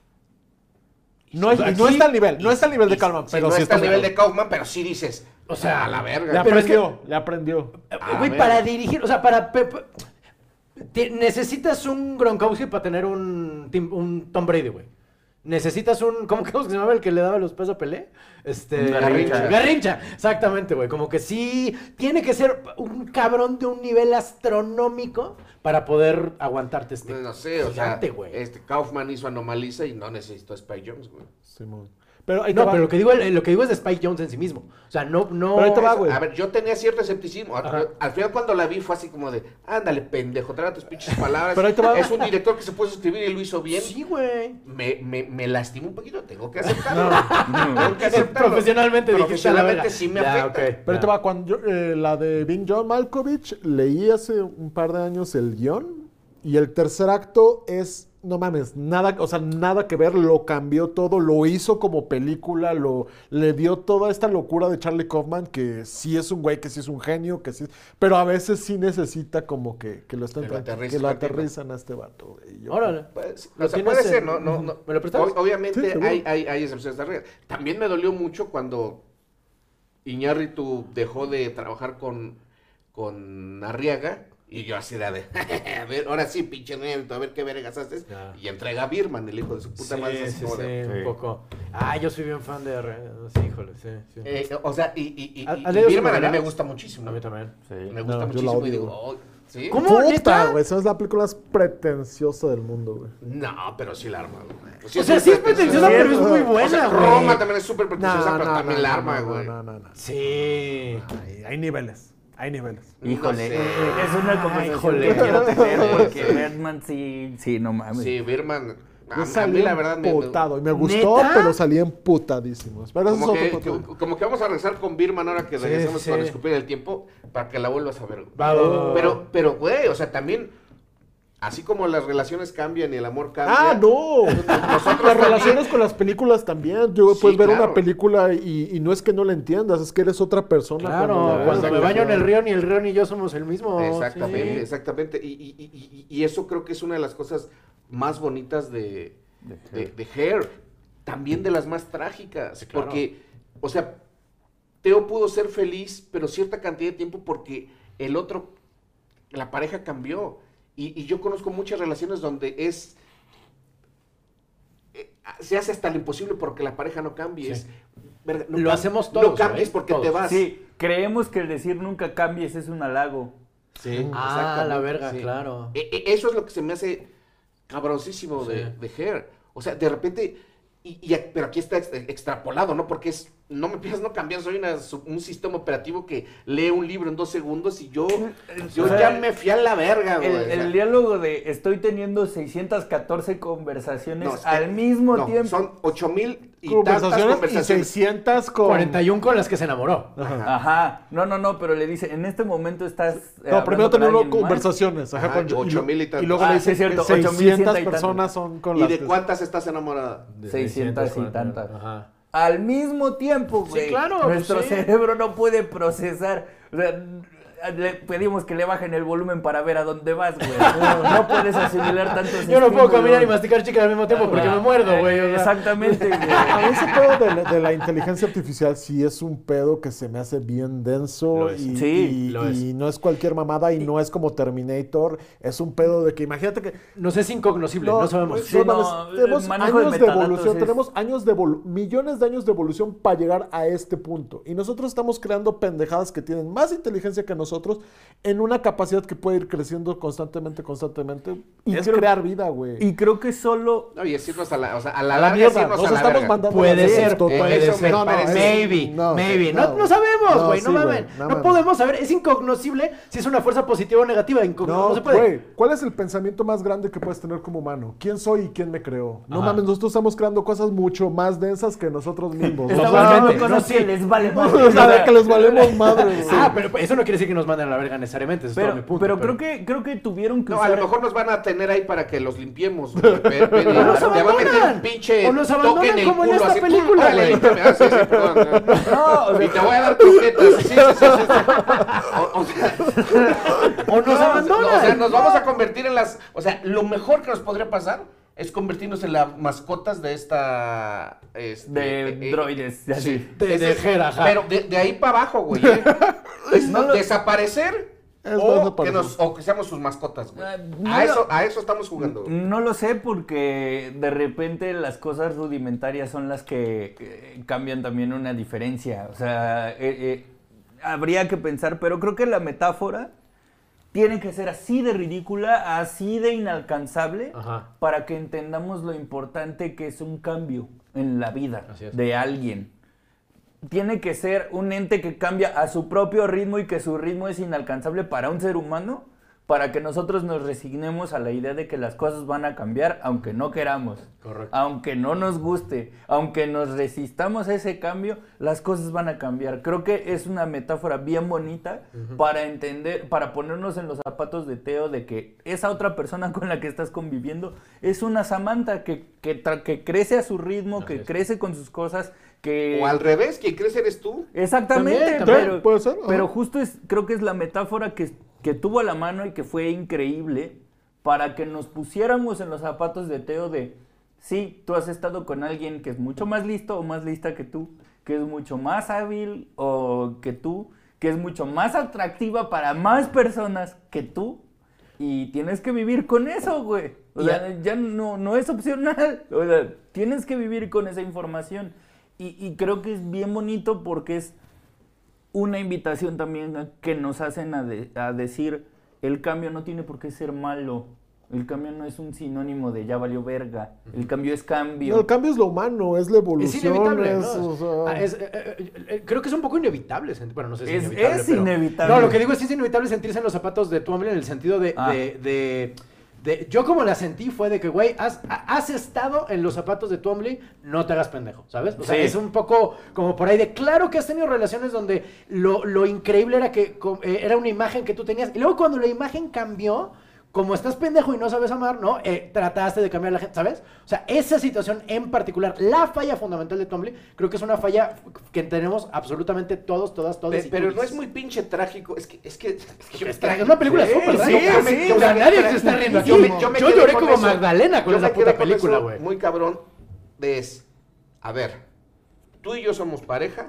No, es- y no Aquí- está al nivel, no está al nivel de Y- Kaufman, sí, pero no sí está al nivel mejor. de Kaufman, pero sí dices, O sea, a la Le verga. Pero es que- aprendió, le aprendió. Eh, A Güey, ver. para dirigir, o sea, para... pe- pe- te- necesitas un Gronkowski para tener un, Tim- un Tom Brady, güey. Necesitas un... ¿Cómo que se llamaba el que le daba los pesos a Pelé? Este... Garrincha. Garrincha, exactamente, güey. Como que sí, tiene que ser un cabrón de un nivel astronómico para poder aguantarte este No sé, o sea, gigante, güey. este Kaufman hizo Anomalisa y no necesitó a Spike Jonze, güey. Simón. Pero ahí te No, va. pero lo que digo, lo que digo es de Spike Jonze en sí mismo. O sea, no, no... Pero ahí te va, güey. A ver, yo tenía cierto escepticismo. Al, Ajá. al final cuando la vi fue así como de, ándale, pendejo, traga tus pinches palabras. Pero ahí te va. Es un director que se puede suscribir y lo hizo bien. Sí, güey. Me, me, me lastimó un poquito, tengo que aceptarlo. Tengo que aceptarlo. Profesionalmente dijiste, Profesionalmente "A la verga". sí me Ya, afecta. ok. Pero ahí te Ya. va, cuando yo, eh, la de Bing John Malkovich, leí hace un par de años el guión y el tercer acto es, no mames, nada, o sea, nada que ver, lo cambió todo, lo hizo como película, lo, le dio toda esta locura de Charlie Kaufman, que sí es un güey, que sí es un genio, que sí, pero a veces sí necesita como que, que lo, estén, Que lo aterrice que lo tantito. aterrizan a este vato, güey. Y yo- Órale. Pues, ¿Lo o sea, tienes puede ser, en- ¿no? no, no. ¿Me lo prestas? Ob- obviamente Sí, seguro. hay, hay, hay excepciones de regla. También me dolió mucho cuando Iñárritu dejó de trabajar con, con Arriaga y yo así de, a ver, ahora sí, pinche Iñárritu, a ver qué vergas haces. Ya. Y entrega a Birman, el hijo de su puta Sí, madre. así sí, como sí, de- un Sí. poco. Ah, yo soy bien fan de... R- Sí, híjole, sí, sí. Eh, o sea, y, y, y, ¿Has- y has leído su Birman a mí novela? me gusta muchísimo. A mí también. Me No, gusta yo la muchísimo y odio. digo, oh, ¿sí? ¿Cómo? Puta, ¿Neta? güey, esa es la película más pretenciosa del mundo, güey. No, pero sí la arma, güey. O sea, sí es pretenciosa, pero es muy O buena, sea, güey. Roma también es súper pretenciosa, pero también no, la no, arma, no, güey. No, no, no. Sí. Hay, hay niveles, hay niveles. Híjole, No sé. es una conversación híjole. que quiero tener Sí, porque sí. Batman sí, sí, no mames. Sí, Birman. A, Yo a salí mí la verdad me, me- emputado y me gustó, ¿Neta? pero salí emputadísimo. Pero eso como, es que, otro punto. que- como que vamos a regresar con Birman ahora que Sí, regresamos sí. con Escupir el Tiempo para que la vuelvas a ver. güey. Va, va, va, va. Pero, pero, güey, o sea, también Así como las relaciones cambian y el amor cambia. Ah, no. Nosotros Las relaciones también. con las películas también. Yo Sí, puedes ver claro. una película y, y no es que no la entiendas, es que eres otra persona. Claro, cuando la ves. cuando me baño en el río, ni el río ni yo somos el mismo. Exactamente, sí. exactamente. Y, y- y- y- y eso creo que es una de las cosas más bonitas de, de, de Hair. También de las más trágicas. claro. Porque, o sea, Teo pudo ser feliz, pero cierta cantidad de tiempo porque el otro, la pareja cambió. Y, y yo conozco muchas relaciones donde es... eh, se hace hasta lo imposible porque la pareja no cambie. Sí. Es, verga, no Lo cam- hacemos todos, No cambies ¿eh? porque Todos. te vas. Sí, creemos que el decir nunca cambies es un halago. Sí, Ah, exactamente, la verga, sí. claro. E- e- eso es lo que se me hace cabroncísimo de, Sí. de Hair. O sea, de repente, y, y a- pero aquí está ex- extrapolado, ¿no? Porque es, no me pidas no cambiar, soy una su- un sistema operativo que lee un libro en dos segundos y yo, yo O sea, ya me fui a la verga, güey. El, o sea, el diálogo de estoy teniendo seiscientas catorce conversaciones no, es que- al mismo no, tiempo. Son ocho mil y tantas Conversaciones y conversaciones. seiscientas con... cuarenta y uno con las que se enamoró. Ajá. Ajá, no, no, no, pero le dice, en este momento estás... eh, No, hablando primero con tenía uno alguien más. conversaciones. Ajá, Ajá, con- ocho mil y tantos. y luego Ah, le sí, dice es cierto, que ocho mil cien y seiscientas tantos. personas son con ¿Y las de que- cuántas estás enamorada? seiscientas y tantas. Ajá. Al mismo tiempo, güey. claro, Nuestro sí. cerebro no puede procesar. O sea, le pedimos que le bajen el volumen para ver a dónde vas, güey. No, no puedes asimilar tantos Yo no puedo estímulos. caminar y masticar chicle al mismo tiempo porque me muerdo, güey. o sea. Exactamente, güey. A mí ese pedo de la, de la inteligencia artificial sí es un pedo que se me hace bien denso Lo es. y, Sí, y- lo es. y no es cualquier mamada y no es como Terminator. Es un pedo de que imagínate que Nos es incognoscible, no, sabemos. Sí, no no, mames, el tenemos manejo de años de, metadatos evolución, es- tenemos años de evolu- millones de años de evolución para llegar a este punto. Y nosotros estamos creando pendejadas que tienen más inteligencia que nosotros en una capacidad que puede ir creciendo constantemente, constantemente. Y Es es creo- crear vida, güey. Y creo que solo... No, y es irnos a la, o sea, a la, A la larga es mierda, irnos nos a la estamos verga. mandando Puede a la ser, mierda, puede eso ser. me No, no, parece- es- Maybe, no, maybe. No, no. no sabemos, No, güey. sí, No güey, mames. no No mames. podemos saber. Es incognoscible si es una fuerza positiva o negativa. Incogn- No, No, se puede. güey, ¿cuál es el pensamiento más grande que puedes tener como humano? ¿Quién soy y quién me creó? No Ajá. mames, nosotros estamos creando cosas mucho más densas que nosotros mismos. Estamos Totalmente, hablando no, cosas sí. que les vale más. O sea, que les valemos madre, güey. Ah, pero eso no quiere decir que nos manden a la verga necesariamente. Ese es todo mi Pero, punto. pero creo que creo que tuvieron que No, a usar- lo mejor nos van a tener ahí para que los limpiemos, güey. Pero, pero, O nos te va a meter abandonan. un pinche O nos toque abandonan en el como en culo, esta así, película, órale, güey. límpiame. Ah, sí, sí, perdón. No, o sea, Y te voy a dar croquetas. Sí, sí, sí, sí, sí. O, o sea, O nos no, abandonan. o sea, nos vamos a convertir en las... O sea, lo mejor que nos podría pasar es convertirnos en las mascotas de esta... este, de eh, eh, droides, así. Sí. De- Ese de es- Hera, ajá. Pero de, de ahí para abajo, güey. ¿eh? Es No lo- desaparecer Es o que, desaparecer. nos, o que seamos sus mascotas, güey. Ah, no A lo- eso, a eso estamos jugando. güey. No lo sé porque de repente las cosas rudimentarias son las que eh, cambian también una diferencia. O sea, eh, eh, habría que pensar, pero creo que la metáfora tiene que ser así de ridícula, así de inalcanzable, Ajá. para que entendamos lo importante que es un cambio en la vida Así es. de alguien. Tiene que ser un ente que cambia a su propio ritmo y que su ritmo es inalcanzable para un ser humano, para que nosotros nos resignemos a la idea de que las cosas van a cambiar aunque no queramos. Correcto. Aunque no nos guste, aunque nos resistamos a ese cambio, las cosas van a cambiar. Creo que es una metáfora bien bonita para entender, para ponernos en los zapatos de Teo de que esa otra persona con la que estás conviviendo es una Samantha que, que, tra- que crece a su ritmo, Así que es. crece con sus cosas, que... O al revés, quien crece eres tú. Exactamente, También, también, pero, puede ser, ajá. pero justo es, creo que es la metáfora que, que tuvo a la mano y que fue increíble para que nos pusiéramos en los zapatos de Teo de, sí, tú has estado con alguien que es mucho más listo o más lista que tú, que es mucho más hábil o que tú, que es mucho más atractiva para más personas que tú, y tienes que vivir con eso, güey. O Y sea, a- ya no, no es opcional. O sea, tienes que vivir con esa información. Y, y creo que es bien bonito porque es una invitación también a que nos hacen a, de- a decir, el cambio no tiene por qué ser malo. El cambio no es un sinónimo de ya valió verga. El cambio es cambio. No, el cambio es lo humano, es la Es evolución. inevitable, es, ¿no? o sea, Ah, es, eh, eh, eh, creo que es un poco inevitable. sent- Bueno, no sé si es, Es- inevitable. es pero- inevitable. No, lo que digo es que es inevitable sentirse en los zapatos de Twombly en el sentido de, Ah. de, de- de- yo como la sentí fue de que, güey, has, has estado en los zapatos de Twombly, no te hagas pendejo, ¿sabes? O sea, Sí. es un poco como por ahí de, claro que has tenido relaciones donde lo, lo increíble era que co- eh, era una imagen que tú tenías, y luego cuando la imagen cambió, como estás pendejo y no sabes amar, ¿no? Eh, trataste de cambiar a la gente, ¿sabes? O sea, esa situación en particular, la falla fundamental de Tumbly, creo que es una falla que tenemos absolutamente todos, todas, todos. Pe- Pero no es muy pinche trágico. Es que, es que, es que yo me Es tra- una película Sí, súper sí, trágica. yo me- yo O sea, me- nadie yo se está me- riendo aquí. Yo, me- yo, me Yo quedé lloré con como eso. Magdalena con Yo esa me quedé puta con película, eso güey. Muy cabrón. De es, a ver, tú y yo somos pareja.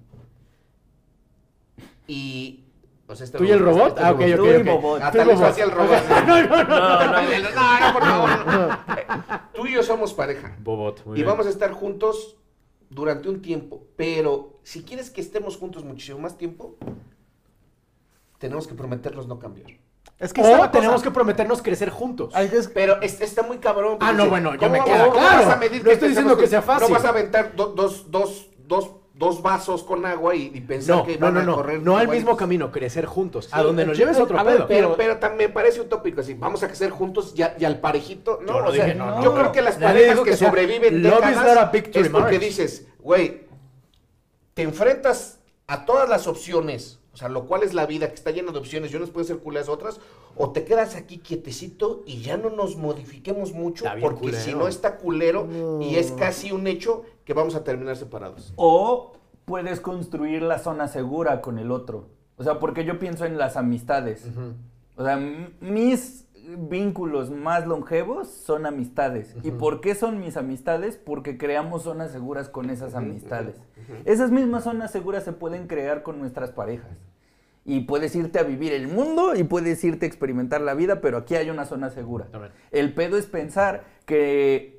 Y... O sea, este ¿Tú y el robot? este Ah, ok, robot. ok, Tú y ok. Bobot. Hasta Tú y le Bobot. hacía el robot. No, no, no. No, no, el- no, no, por favor. no. Tú y yo somos pareja. Bobot, muy Y bien. vamos a estar juntos durante un tiempo. Pero si quieres que estemos juntos muchísimo más tiempo, tenemos que prometernos no cambiar. Es que está O la cosa. tenemos que prometernos crecer juntos. Hay que- Pero es- está muy cabrón. Ah, porque no, bueno, ya ¿cómo me vamos- queda cómo claro. vas a medir No estoy que diciendo estemos- que sea fácil. No vas a aventar do- dos, dos, dos, dos vasos con agua y, y pensar No, que no, van no, a no, correr. no al igual. mismo camino, crecer juntos. a Sí, donde nos yo- lleves otro a ver, pedo. Pero, pero también me parece utópico así, vamos a crecer juntos y, a- y al parejito. No, Yo no o sea, dije, no, yo no. creo que las Nadie parejas dijo que, que sea sobreviven love is décadas not a victory es porque march. dices, güey, te enfrentas a todas las opciones, o sea, lo cual es la vida, que está llena de opciones y unas pueden ser culeras otras, o te quedas aquí quietecito y ya no nos modifiquemos mucho, Está bien porque culero. si no está culero y es casi un hecho que vamos a terminar separados. O puedes construir la zona segura con el otro. O sea, porque yo pienso en las amistades. O sea, m- mis vínculos más longevos son amistades. ¿Y por qué son mis amistades? Porque creamos zonas seguras con esas amistades. Esas mismas zonas seguras se pueden crear con nuestras parejas. Y puedes irte a vivir el mundo y puedes irte a experimentar la vida, pero aquí hay una zona segura. A ver. El pedo es pensar que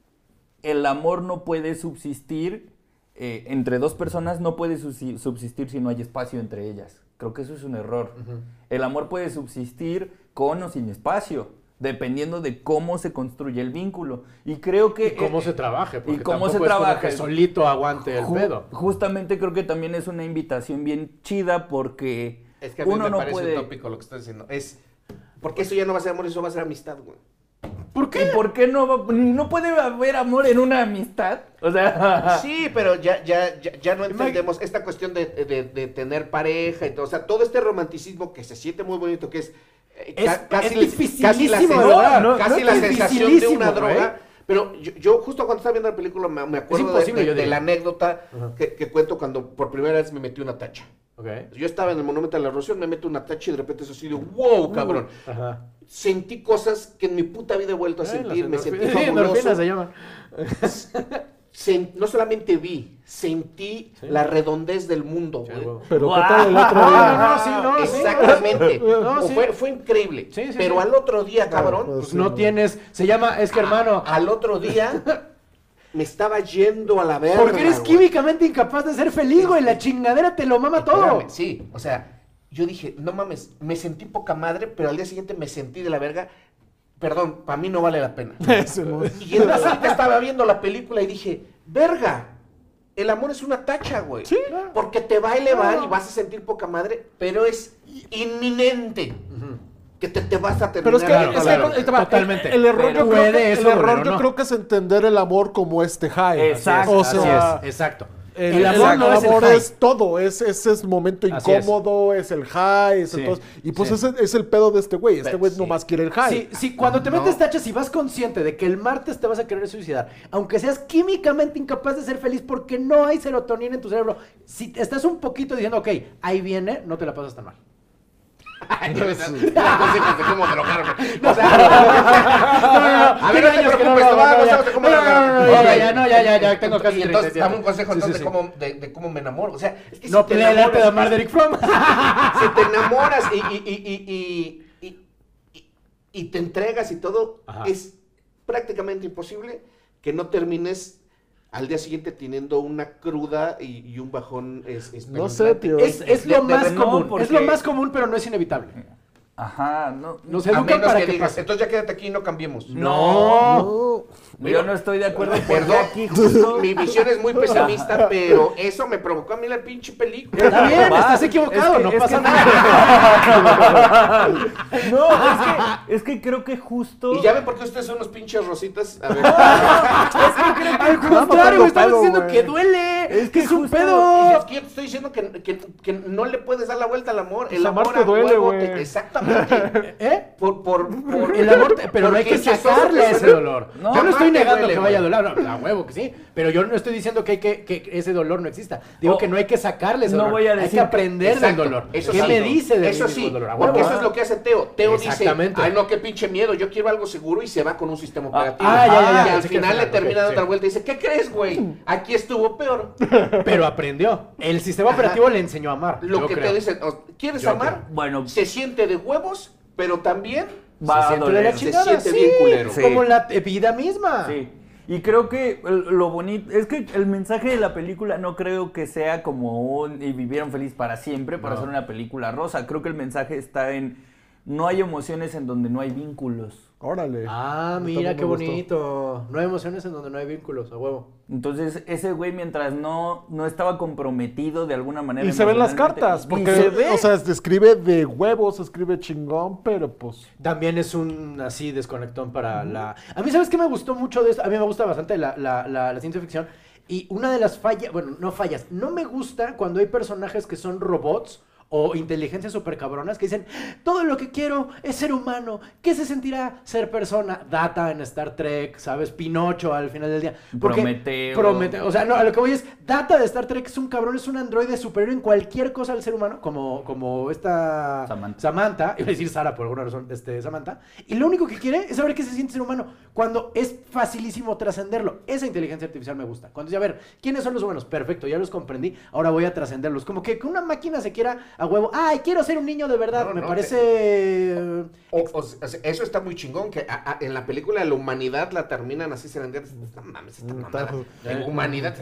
el amor no puede subsistir eh, entre dos personas, no puede subsi- subsistir si no hay espacio entre ellas. Creo que eso es un error. El amor puede subsistir con o sin espacio, dependiendo de cómo se construye el vínculo. Y creo que... Y cómo eh, se trabaje. y Porque cómo se tampoco es como trabaja. que solito aguante el Ju- pedo. Justamente creo que también es una invitación bien chida porque Es que a mí uno me no parece puede... utópico lo que estás diciendo. Es, porque eso ya no va a ser amor, eso va a ser amistad, güey. ¿Por ¿Y qué? por qué no, va- no puede haber amor en una amistad? O sea... Sí, pero ya, ya, ya, ya no entendemos esta cuestión de, de- de tener pareja y todo. O sea, todo este romanticismo que se siente muy bonito, que es, eh, Es- ca- casi, es la- dificilísimo casi la, de sen- lograr. no, No, casi no la es sensación de dificilísimo, una güey. droga. Pero yo, yo justo cuando estaba viendo la película me, me acuerdo de, imposible, de- yo de diría. la anécdota que, que cuento cuando por primera vez me metí una tacha. Ok. Yo estaba en el Monumento a la Revolución, me meto una tacha y de repente eso así de wow, cabrón. Ajá. Sentí cosas que en mi puta vida he vuelto a Eh, sentir, me las sentí endorfinas. Sí, endorfinas fabuloso. se llaman. Sen- no solamente vi, sentí la redondez del mundo, güey. huevo. Pero Guau. ¿qué tal el otro Ah, día? no, sí, no, sí. Exactamente. No, O sí. fue, fue increíble. Sí, sí, pero sí. al otro día, cabrón, pues, Pues sí, no no. tienes... Se llama... Es que, hermano... al otro día me estaba yendo a la verga. Porque eres güey. químicamente incapaz de ser feliz, güey. La chingadera te lo mama todo. Espérame, sí, o sea, yo dije, no mames, me sentí poca madre, pero al día siguiente me sentí de la verga. Perdón, para mí no vale la pena. Ese no. Y entonces ahorita estaba viendo la película y dije, verga, el amor es una tacha, güey. Sí. Porque te va a elevar Claro. y vas a sentir poca madre, pero es inminente que te, te vas a terminar. Pero es que, Claro, es que claro. ahí te va. Totalmente. El, el error, Pero yo, creo puede que, eso, el error pero yo no. creo que es entender el amor como este high. Exacto, O Así sea, es, exacto. El, El el amor amor, no es el high. es todo, es, es ese momento Así es. incómodo, es. el high, es Sí, entonces, y pues sí. ese es el pedo de este güey, este Pero güey sí. nomás quiere el high. Sí, sí, cuando te No. metes tachas y vas consciente de que el martes te vas a querer suicidar, aunque seas químicamente incapaz de ser feliz porque no hay serotonina en tu cerebro, si estás un poquito diciendo, ok, ahí viene, no te la pasas tan mal. Ay, Dios, ya consejos de cómo drogarme. O sea, a ver, no te Años que no preocupes, te voy a dar lo hago, consejos de cómo no, no, no, no, drogarme. no, Ok. ya, ya, no, ya, ya, ya, tengo casi Y entonces, treinta y siete. dame un consejo Sí, entonces sí, de, sí. cómo, de, de cómo me enamoro. O sea, es que si No, te play el arte de enamoras, amar de Eric Fromm. si te enamoras y, y, y, y, y, y, y- y te entregas y todo, Ajá. es prácticamente imposible que no termines al día siguiente teniendo una cruda y, y un bajón es, No sé, tío. Es, es lo De- de- más no, común, porque- es lo más común, pero no es inevitable. Ajá, no. Nos A educan menos para que que digas, pase. entonces ya quédate aquí y no cambiemos. No. Yo no estoy de acuerdo porque Perdón, aquí justo... mi visión es muy pesimista, pero eso me provocó a mí la pinche película. Está bien, Va. estás equivocado, Es que- no es pasa que- nada. No, es que, es que creo que justo... Y ya ven por qué ustedes son unos pinches rositas. A ver. Al contrario, tengo estamos pedo, diciendo güey. que duele, Es que que es un justo- Y pedo. es que yo te estoy diciendo que, que, que no le puedes dar la vuelta al amor. El Pues amor amar te a duele, huevo güey. te- exactamente. ¿Eh? Por, por, por... El amor, pero no hay que porque sacarle eso- ese dolor. No, yo no estoy jamás te negando duele, que vaya a güey. doler, no, a huevo que sí, pero yo no estoy diciendo que, hay que, que ese dolor no exista. Digo Oh, que no hay que sacarle ese no dolor. voy a hay decir que que- aprender Exacto, del dolor. eso ¿Qué sí. me dice de Eso mí sí, mismo el dolor? A porque huevo. eso es lo que hace Teo. Teo dice, Exactamente. ay no, qué pinche miedo, yo quiero algo seguro y se va con un sistema operativo. ah, ya, ya, ya, Y al pensé que al final le final, termina ok, dando otra sí. vuelta y dice, ¿qué crees, güey? Aquí estuvo peor. Pero aprendió. El sistema operativo le enseñó a amar. Lo yo que creo. te dicen, oh, ¿quieres Yo amar? creo. Bueno, Se siente de huevos, pero también va a se siente de doler. la Se chingada, siente sí, bien culero. Sí. como la vida misma. Sí. Y creo que el- lo bonito es que el mensaje de la película no creo que sea como un y vivieron feliz para siempre para No. hacer una película rosa. Creo que el mensaje está en no hay emociones en donde no hay vínculos. Órale. Ah, Esto mira me qué gustó. bonito. No hay emociones en donde no hay vínculos, a huevo. Entonces, ese güey mientras no, no estaba comprometido de alguna manera. Y se ven las emocionalmente, cartas, y porque, se ve. o sea, se escribe de huevos, se escribe chingón, pero pues... También es un así desconectón para la... A mí, ¿sabes qué me gustó mucho de esto? A mí me gusta bastante la, la, la, la ciencia ficción. Y una de las fallas, bueno, no fallas, no me gusta cuando hay personajes que son robots o inteligencias super cabronas que dicen, todo lo que quiero es ser humano, ¿qué se sentirá ser persona? Data en Star Trek, ¿sabes? Pinocho al final del día. Porque Prometeo. Prometeo. O sea, no, a lo que voy es, Data de Star Trek es un cabrón, es un androide superior en cualquier cosa al ser humano, como, como esta Samantha. Samantha, iba a decir Sara por alguna razón, este, Samantha, y lo único que quiere es saber qué se siente ser humano, cuando es facilísimo trascenderlo. Esa inteligencia artificial me gusta. Cuando dice, a ver, ¿quiénes son los humanos? Perfecto, ya los comprendí, ahora voy a trascenderlos. Como que que una máquina se quiera a huevo, ay, quiero ser un niño de verdad, No, me no, parece... eh, O- o sea, eso está muy chingón, que a- a- en la película la humanidad la terminan así, se la entiendes, no mames, esta mamada. En humanidad,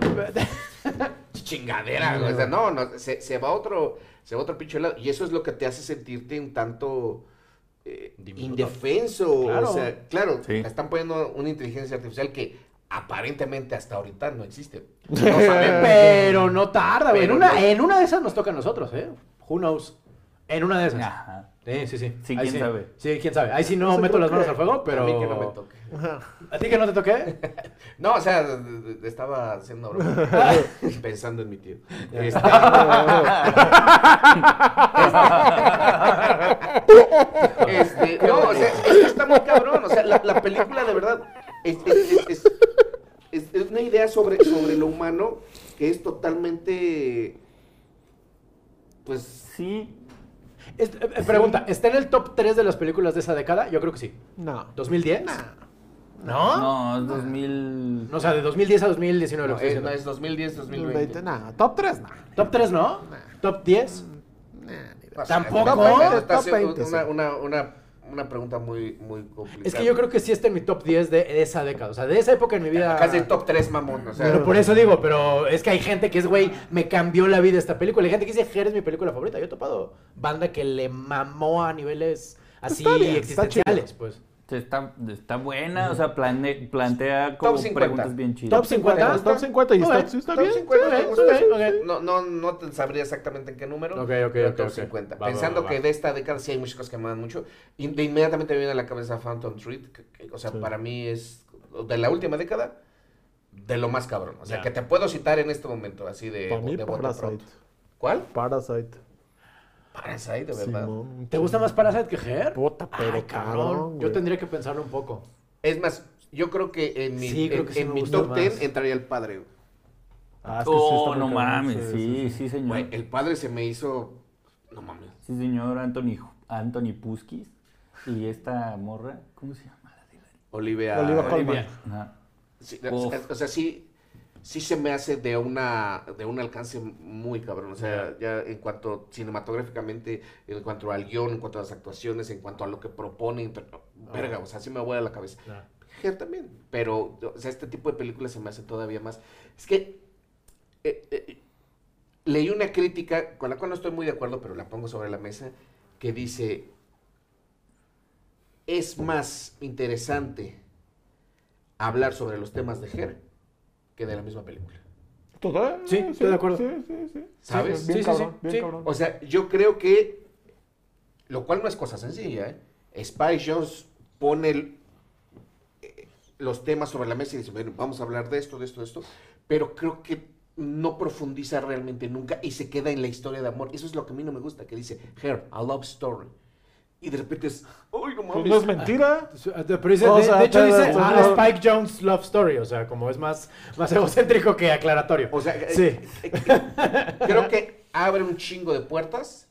chingadera, güey, o sea, no, no, se, se va a otro, se va a otro pinche lado, y eso es lo que te hace sentirte un tanto eh, indefenso, Claro. o sea, claro, Sí. están poniendo una inteligencia artificial que aparentemente hasta ahorita no existe. No sabemos. Pero no tarda, güey. En Pero una, no. en una de esas nos toca a nosotros, ¿eh? Who knows. En una de esas. Ajá. Sí, sí, sí. Sí, Ahí quién sabe. Sí, quién sabe. Ahí sí no Eso meto creo las manos que- al fuego, pero... A mí que no me toque. ¿A ti que no te toqué? No, o sea, de- de- de- estaba haciendo broma, pensando en mi tío. Este, este, no, o sea, es que está muy cabrón, o sea, la, la película de verdad es, es- es- es- es- es una idea sobre, sobre lo humano que es totalmente, pues, Sí. Es- eh, eh, pregunta, ¿está en el top tres de las películas de esa década? Yo creo que sí. No. ¿dos mil diez? ¿No? No, es dos mil. No, o sea, de dos mil diez a dos mil diecinueve. no, lo que estoy es, no, diciendo. es dos mil diez, dos mil veinte, veinte. nah. Top tres, no. ¿Top tres no? ¿Top diez? O sea, Tampoco. está- está- Top está haciendo veinte, una, sí. una, una, una pregunta muy, muy complicada. Es que yo creo que sí está en mi top diez de esa década. O sea, de esa época en mi vida... Acá es el top tres, mamón, o sea. Pero por eso digo, pero es que hay gente que es, güey, me cambió la vida esta película. Hay gente que dice, Her es mi película favorita. Yo he topado banda que le mamó a niveles así Está bien, está existenciales, chido. pues. Está, está buena, o sea, plane- plantea como Top cincuenta. preguntas bien chidas. Top cincuenta. Top cincuenta y Ok, está, sí está Top bien. cincuenta, ok, me gusta, ok, sí, ok. sí. No, no, no te sabría exactamente en qué número. Ok, ok, pero ok, top ok. cincuenta. Va, va, Pensando va, va. que de esta década sí hay muchas cosas que me dan mucho. Y de inmediatamente me viene a la cabeza Phantom Thread. que- que, o sea, Sí. para mí es de la última década de lo más cabrón. O sea, Ya. que te puedo citar en este momento, así de, Para mí, de bote Parasite. pronto. ¿Cuál? Parasite. Parasite, de verdad. Simón. ¿Te gusta más Parasite que Her? Puta, pero Ay, cabrón, Yo güey. tendría que pensarlo un poco. Es más, yo creo que en mi, Sí, creo en, que sí en me mi gusta top más. diez entraría el padre. güey. Ah, es que sí está Oh, muy no cabrón, mames, sí, sí, señor. Güey, el padre se me hizo... No mames. Sí, señor, Anthony, Anthony Puskis. Y esta morra, ¿cómo se llama? La de la- Olivia... Olivia Colman. Ajá. Sí, Uf. o sea, sí, sí se me hace de una de un alcance muy cabrón. O sea, ya en cuanto cinematográficamente, en cuanto al guión, en cuanto a las actuaciones, en cuanto a lo que propone, inter- verga, o sea, sí me vuela la cabeza. Ya. Her también, pero, o sea, este tipo de películas se me hace todavía más. Es que eh, eh, leí una crítica con la cual no estoy muy de acuerdo, pero la pongo sobre la mesa, que dice, es más interesante hablar sobre los temas de Her que de la misma película. Total, Sí, estoy de acuerdo. Sí, sí, sí. ¿Sabes? Bien Sí, sí, cabrón, sí, bien sí. cabrón. O sea, yo creo que, lo cual no es cosa sencilla, ¿eh? Spike Jones pone el- eh, los temas sobre la mesa y dice, bueno, vamos a hablar de esto, de esto, de esto, pero creo que no profundiza realmente nunca y se queda en la historia de amor. Eso es lo que a mí no me gusta, que dice, Her, a love story. y de repente es, ¡ay, no mames! Pues no es mentira. Pero dice, O de, sea, de hecho te- dice te- ah, no. Spike Jones Love Story, o sea, como es más, más egocéntrico que aclaratorio. O sea, sí. eh, eh, eh, creo que abre un chingo de puertas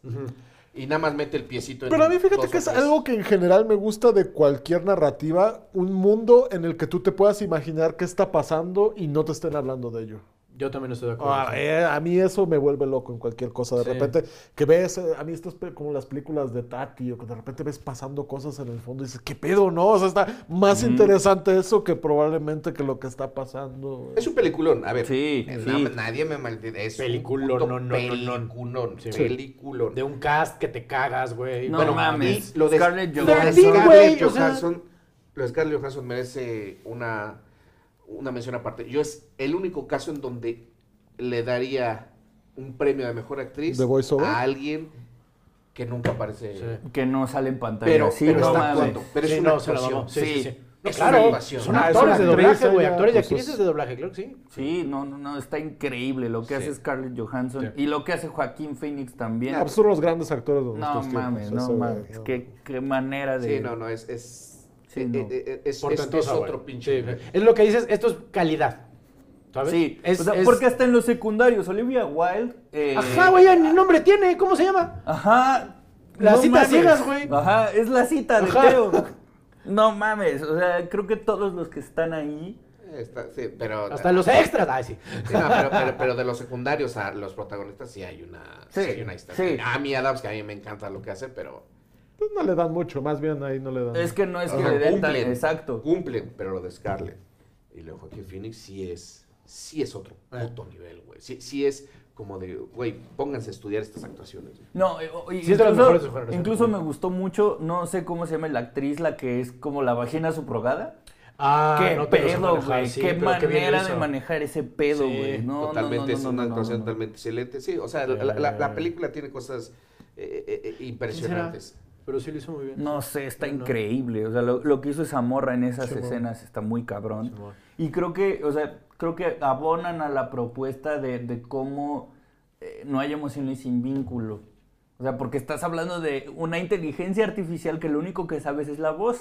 y nada más mete el piecito en Pero a mí fíjate dos que o es tres. algo que en general me gusta de cualquier narrativa, un mundo en el que tú te puedas imaginar qué está pasando y no te estén hablando de ello. Yo también estoy de acuerdo. Ah, eh, a mí eso me vuelve loco en cualquier cosa. De Sí. repente que ves, eh, a mí esto es pe- como las películas de Tati, o que de repente ves pasando cosas en el fondo y dices, ¿qué pedo, no? O sea, está más interesante eso que probablemente que lo que está pasando. Es un peliculón, a ver. Sí, eh, sí. na- Nadie me maldice. Es Peliculón, un puto no, no, no, no. peliculón. Sí. Peliculón. De un cast que te cagas, güey. No Bueno, mames. y lo de Scarlett lo de Johansson. Sí, Scarlett güey, o sea- Johansson, lo de Scarlett Johansson merece una, una mención aparte. Yo es el único caso en donde le daría un premio de mejor actriz ¿De voiceover? a alguien que nunca aparece. Sí. Que no sale en pantalla. Pero, sí, pero no está mames. actuando. Pero Sí, es una no, se la actuación. mamó. Sí, sí, Sí. sí. No, Es claro, una actuación. son Ah, es actores una de actriz, doblaje, güey. ella, Actores y pues, actrices es- de doblaje, claro que sí. Sí, no, no, no, está increíble lo que Sí. hace Scarlett Johansson Sí. y lo que hace Joaquín Phoenix también. Ah, pues son los grandes actores de no nuestros mames, tiempos. no eso, mames, güey, no. qué, qué manera de... Sí, no, no, es. es Sí, eh, no. eh, eh, es, es, Portentosa, es güey. otro pinche. Sí, nivel. es lo que dices, esto es calidad. ¿Sabes? Sí, es, o sea, es- porque hasta en los secundarios, Olivia Wilde... eh, Ajá, güey, ni nombre tiene. ¿Cómo se llama? Ajá. Las no citas mames. ciegas, güey. Ajá, es la cita de Ajá. Teo. No mames, o sea, creo que todos los que están ahí... Eh, está- sí, pero. Hasta los extras. Ay, sí. Sí, no, pero, pero, pero de los secundarios a los protagonistas sí hay una, sí, Sí, hay una distancia. sí. A mí Adams, que a mí me encanta lo que hace, pero Pues no le dan mucho, más bien ahí no le dan. Es que no es que Ajá, le den tan... cumplen. Exacto. cumplen, pero lo de Scarlett y luego Joaquin Phoenix sí es, sí es otro Eh. puto nivel, güey. Sí, sí es como de, güey, pónganse a estudiar estas actuaciones. güey. No, eh, o- y Sí, es de las mejores de su generación. incluso me gustó mucho, no sé cómo se llama la actriz, la que es como la vagina subrogada. Ah, qué no te lo sé pedo, manejar, güey. sí, qué pero qué bien lo manera de hizo. manejar ese pedo, Sí, güey. No, totalmente, no, no, es no, una no, no, actuación no. totalmente excelente. Sí, o sea, la, la- la- la película tiene cosas eh, eh, eh, impresionantes. Pero sí lo hizo muy bien. No sé, está No. increíble. O sea, lo, lo que hizo esa morra en esas Simón. escenas está muy cabrón. Simón. Y creo que, o sea, creo que abonan a la propuesta de, de cómo eh, no hay emociones sin vínculo. O sea, porque estás hablando de una inteligencia artificial que lo único que sabes es la voz.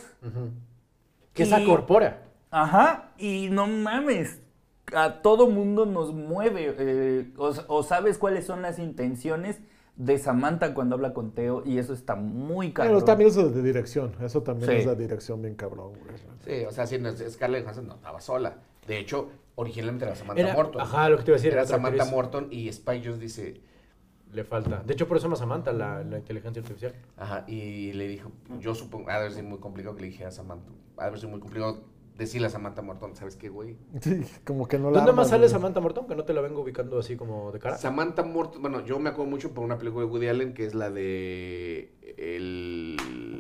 Que Y- esa corpora. Ajá, y no mames, a todo mundo nos mueve. eh, o, o sabes cuáles son las intenciones de Samantha cuando habla con Teo, y eso está muy cabrón. Pero también eso es de dirección. Eso también Sí. es de dirección bien cabrón, güey. Sí, o sea, sí, no, Scarlett Johansson no estaba sola. De hecho, originalmente era Samantha Era- Morton. ajá, lo que te iba a decir, Era otra Samantha actriz. Morton y Spike Jones dice, Le falta. De hecho, por eso se llama Samantha, la, la inteligencia artificial. ajá, y le dijo, yo supongo, ha de haber sido muy complicado que le dije a Samantha, ha de haber sido muy complicado decirle a Samantha Morton, ¿sabes qué, güey? Sí, como que no la ¿Dónde arman, más sale güey. Samantha Morton? Que no te la vengo ubicando así como de cara. Samantha Morton, bueno, yo me acuerdo mucho por una película de Woody Allen que es la de el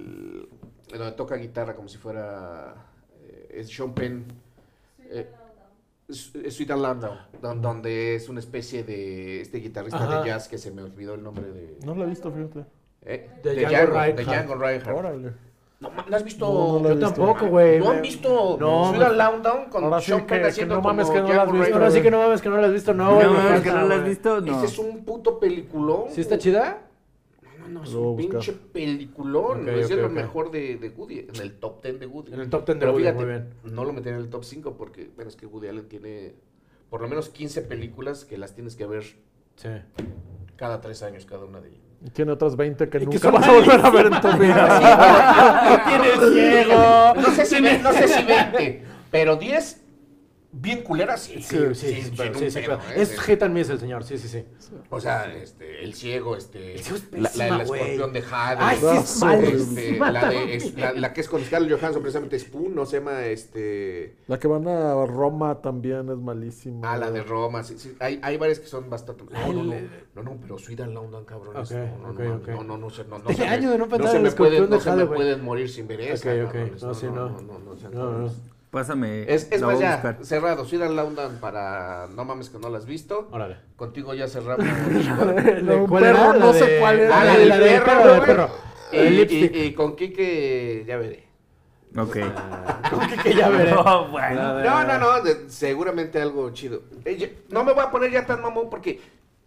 donde toca guitarra como si fuera eh, es Sean Penn. Eh, es- es Sweet and Loud Now, don- donde es una especie de este guitarrista Ajá. de jazz que se me olvidó el nombre de No la he visto, fíjate. eh, De de Django Django, de Reinhardt. Django Reinhardt. Órale. No, ma- ¿no has visto? No, no la he Yo visto. tampoco, güey. ¿No Me- han visto No, Sweet me- and Loud Now con Ahora sí Sean Penn que- haciendo que no mames como que no la has Django visto, Ahora Reinhardt? sí que no mames que no la has visto, no, No, güey. me mames, falta, que no la has güey. visto, no. Ese es un puto peliculón. ¿Sí está chida? No, no, es Lo voy a un buscar. pinche peliculón. Ok, es de ok, lo ok. mejor de, de Woody, en el top ten de Woody. En el top ten de Pero Woody, fíjate, muy bien. no lo metí en el top cinco porque, bueno, es que Woody Allen tiene por lo menos quince películas que las tienes que ver Sí. cada tres años, cada una de ellas. Y tiene otras veinte que Y que nunca son vas a volver a ver en tu vida. Tiene el ciego. No sé si, ve- no sé si veinte, pero diez bien culeras, sí. Sí, sí, sí, sin pero- un sí, sí, pedo, pero ¿eh? es G es el señor, sí, sí, sí. O sea, este, el ciego, este, El ciego es la, la, pésima, la güey. escorpión de Jade, Ay, sí, es No, este, malísima la, de, también. es- la, la que es con Scarlett Johansson, precisamente Spoon, no se llama, este, La que van a Roma también es malísima. ah, la de Roma, sí, sí, hay, hay varias que son bastante, no, no, no, El- no, no, pero Sweet and Loud, cabrón, Ok, no, no, ok, no, ok. no, no, no, se- no, no, Tenía se me- años de no no pensar se en me el escorpión pueden, de no se Jade, me güey. pueden morir sin ver esa, Ok, ok, cabrones, no, sí, no. no, no, no, sean No, no. cabrones. Pásame. Es, es la más, voy a ya, buscar. cerrado, Sweet and Loud para, no mames que no la has visto, Órale. contigo ya cerramos. De un ¿Cuál perro, era? no La sé de- cuál era. Ah, la la del del perro, perro, la del güey. perro. El Y, lipstick. y, y con Kike, ya veré. Ok. ¿Cómo que, que ya veré? No, bueno. No, no, no, de- seguramente algo chido. Eh, yo- no me voy a poner ya tan mamón porque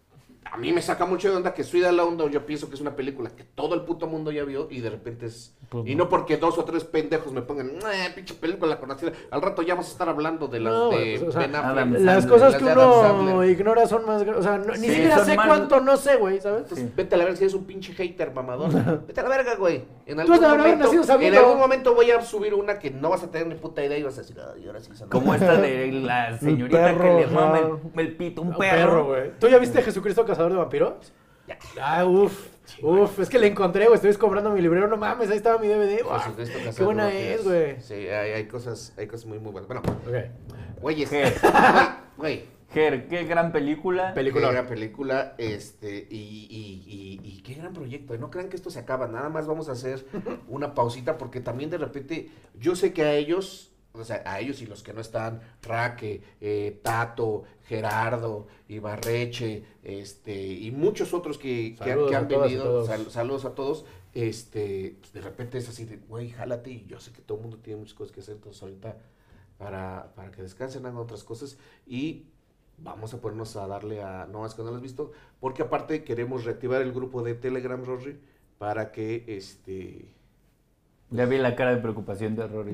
a mí me saca mucho de onda que Sweet Alone, yo pienso que es una película que todo el puto mundo ya vio y de repente es... Pues y no. no porque dos o tres pendejos me pongan, "Eh, pinche película conocida". Al rato ya vamos a estar hablando de las No, de güey, pues, o sea, Ben Affleck. Adam Las Sandler, cosas las que de Adam uno Sandler. ignora son más... gra- O sea, no- ni Sí, siquiera son sé más- cuánto no sé, güey, ¿sabes? Entonces, vete a la verga si eres un pinche hater mamador. Vete a la verga, güey. En Tú algún, has de haber momento, nacido en sabiendo. algún momento voy a subir una que no vas a tener ni puta idea y vas a decir, ay, ahora sí son Como esta de la señorita perro, que le mama ajá. el, el pito, un Un perro. perro, güey. ¿Tú ya viste Jesucristo Cazador de Vampiros? Ah, uff. Uf, es que le encontré, güey. Estoy comprando mi librero. No mames, ahí estaba mi D V D. Guau, Jesucristo qué Cazador buena de Vampiros. es, güey. Sí, hay, hay cosas, hay cosas muy, muy buenas. Bueno, Ok. güeyes, Ger. güey, güey. Ger, qué gran película. Qué Película. gran película, este, y, y, y, y qué gran proyecto. Y no crean que esto se acaba, nada más vamos a hacer una pausita porque también de repente, yo sé que a ellos, o sea, a ellos y los que no están, Raque, eh, Tato, Gerardo, Ibarreche, este, y muchos otros que, que, Saludos que a han todas y venido, todos. sal- saludos a todos, este, pues, de repente es así de, güey, jálate, y yo sé que todo el mundo tiene muchas cosas que hacer, entonces ahorita para, para que descansen, hagan otras cosas, y vamos a ponernos a darle a no, es que no lo has visto, porque aparte queremos reactivar el grupo de Telegram, Rory, para que este Ya vi la cara de preocupación de Rory.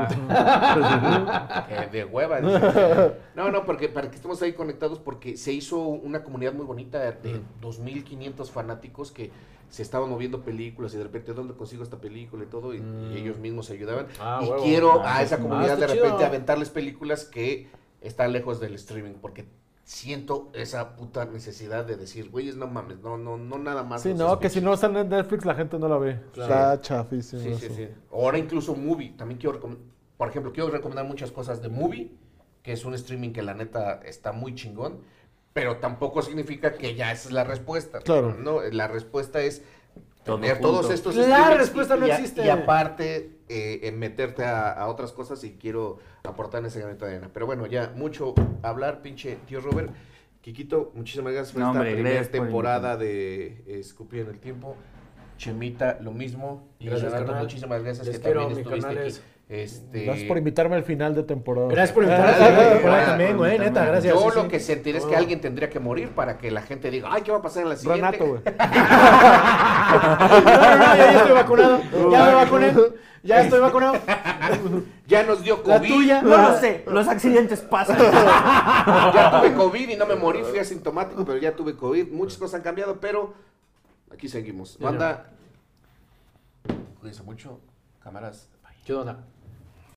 Ah. que de hueva. dice. No, no, porque para que estemos ahí conectados, porque se hizo una comunidad muy bonita de dos mil quinientos fanáticos que se estaban moviendo películas y de repente, ¿dónde consigo esta película y todo? Y, y ellos mismos se ayudaban. Ah, y huevo. quiero Ah, a esa sí. comunidad Ah, de está repente chido. aventarles películas que están lejos del streaming, porque siento esa puta necesidad de decir, güeyes, no mames, no, no, no nada más. Sí, los no, que si speeches". no sale en Netflix la gente no la ve. Está chafísimo. Sí, sí, eso. sí. Ahora incluso Movie. También quiero recomendar, por ejemplo, quiero recomendar muchas cosas de Movie, que es un streaming que la neta está muy chingón, pero tampoco significa que ya esa es la respuesta. Claro. No, la respuesta es Todo tener junto. todos estos La streamings respuesta y- no y a- existe. Y aparte, eh, en meterte a, a otras cosas y quiero aportar en ese granito de arena. Pero bueno, ya mucho hablar, pinche tío Robert. Kikito, muchísimas gracias por No, esta hombre, primera gracias por temporada de eh, Escupir en el Tiempo. Chemita, lo mismo. Y Gracias, Renato, carnal. muchísimas gracias Les que quiero, también mis estuviste carnales. aquí. Este, Gracias por invitarme al final de temporada. Gracias por invitarme Dale, a la güey, temporada dale, también, güey. invitarme. Neta, gracias. Yo sí, lo sí. que sentiré es que Oh. alguien tendría que morir para que la gente diga, ay, ¿qué va a pasar en la siguiente? Renato, güey. No, no, no, ya, ya estoy vacunado. Ya me vacuné. Ya estoy vacunado. Ya nos dio La COVID. tuya. No lo sé, los accidentes pasan. Ya tuve COVID y no me morí, fui asintomático, pero ya tuve COVID. Muchas cosas han cambiado, pero aquí seguimos. Ya, ya. Banda, cuídense mucho. Cámaras. ¿Qué onda?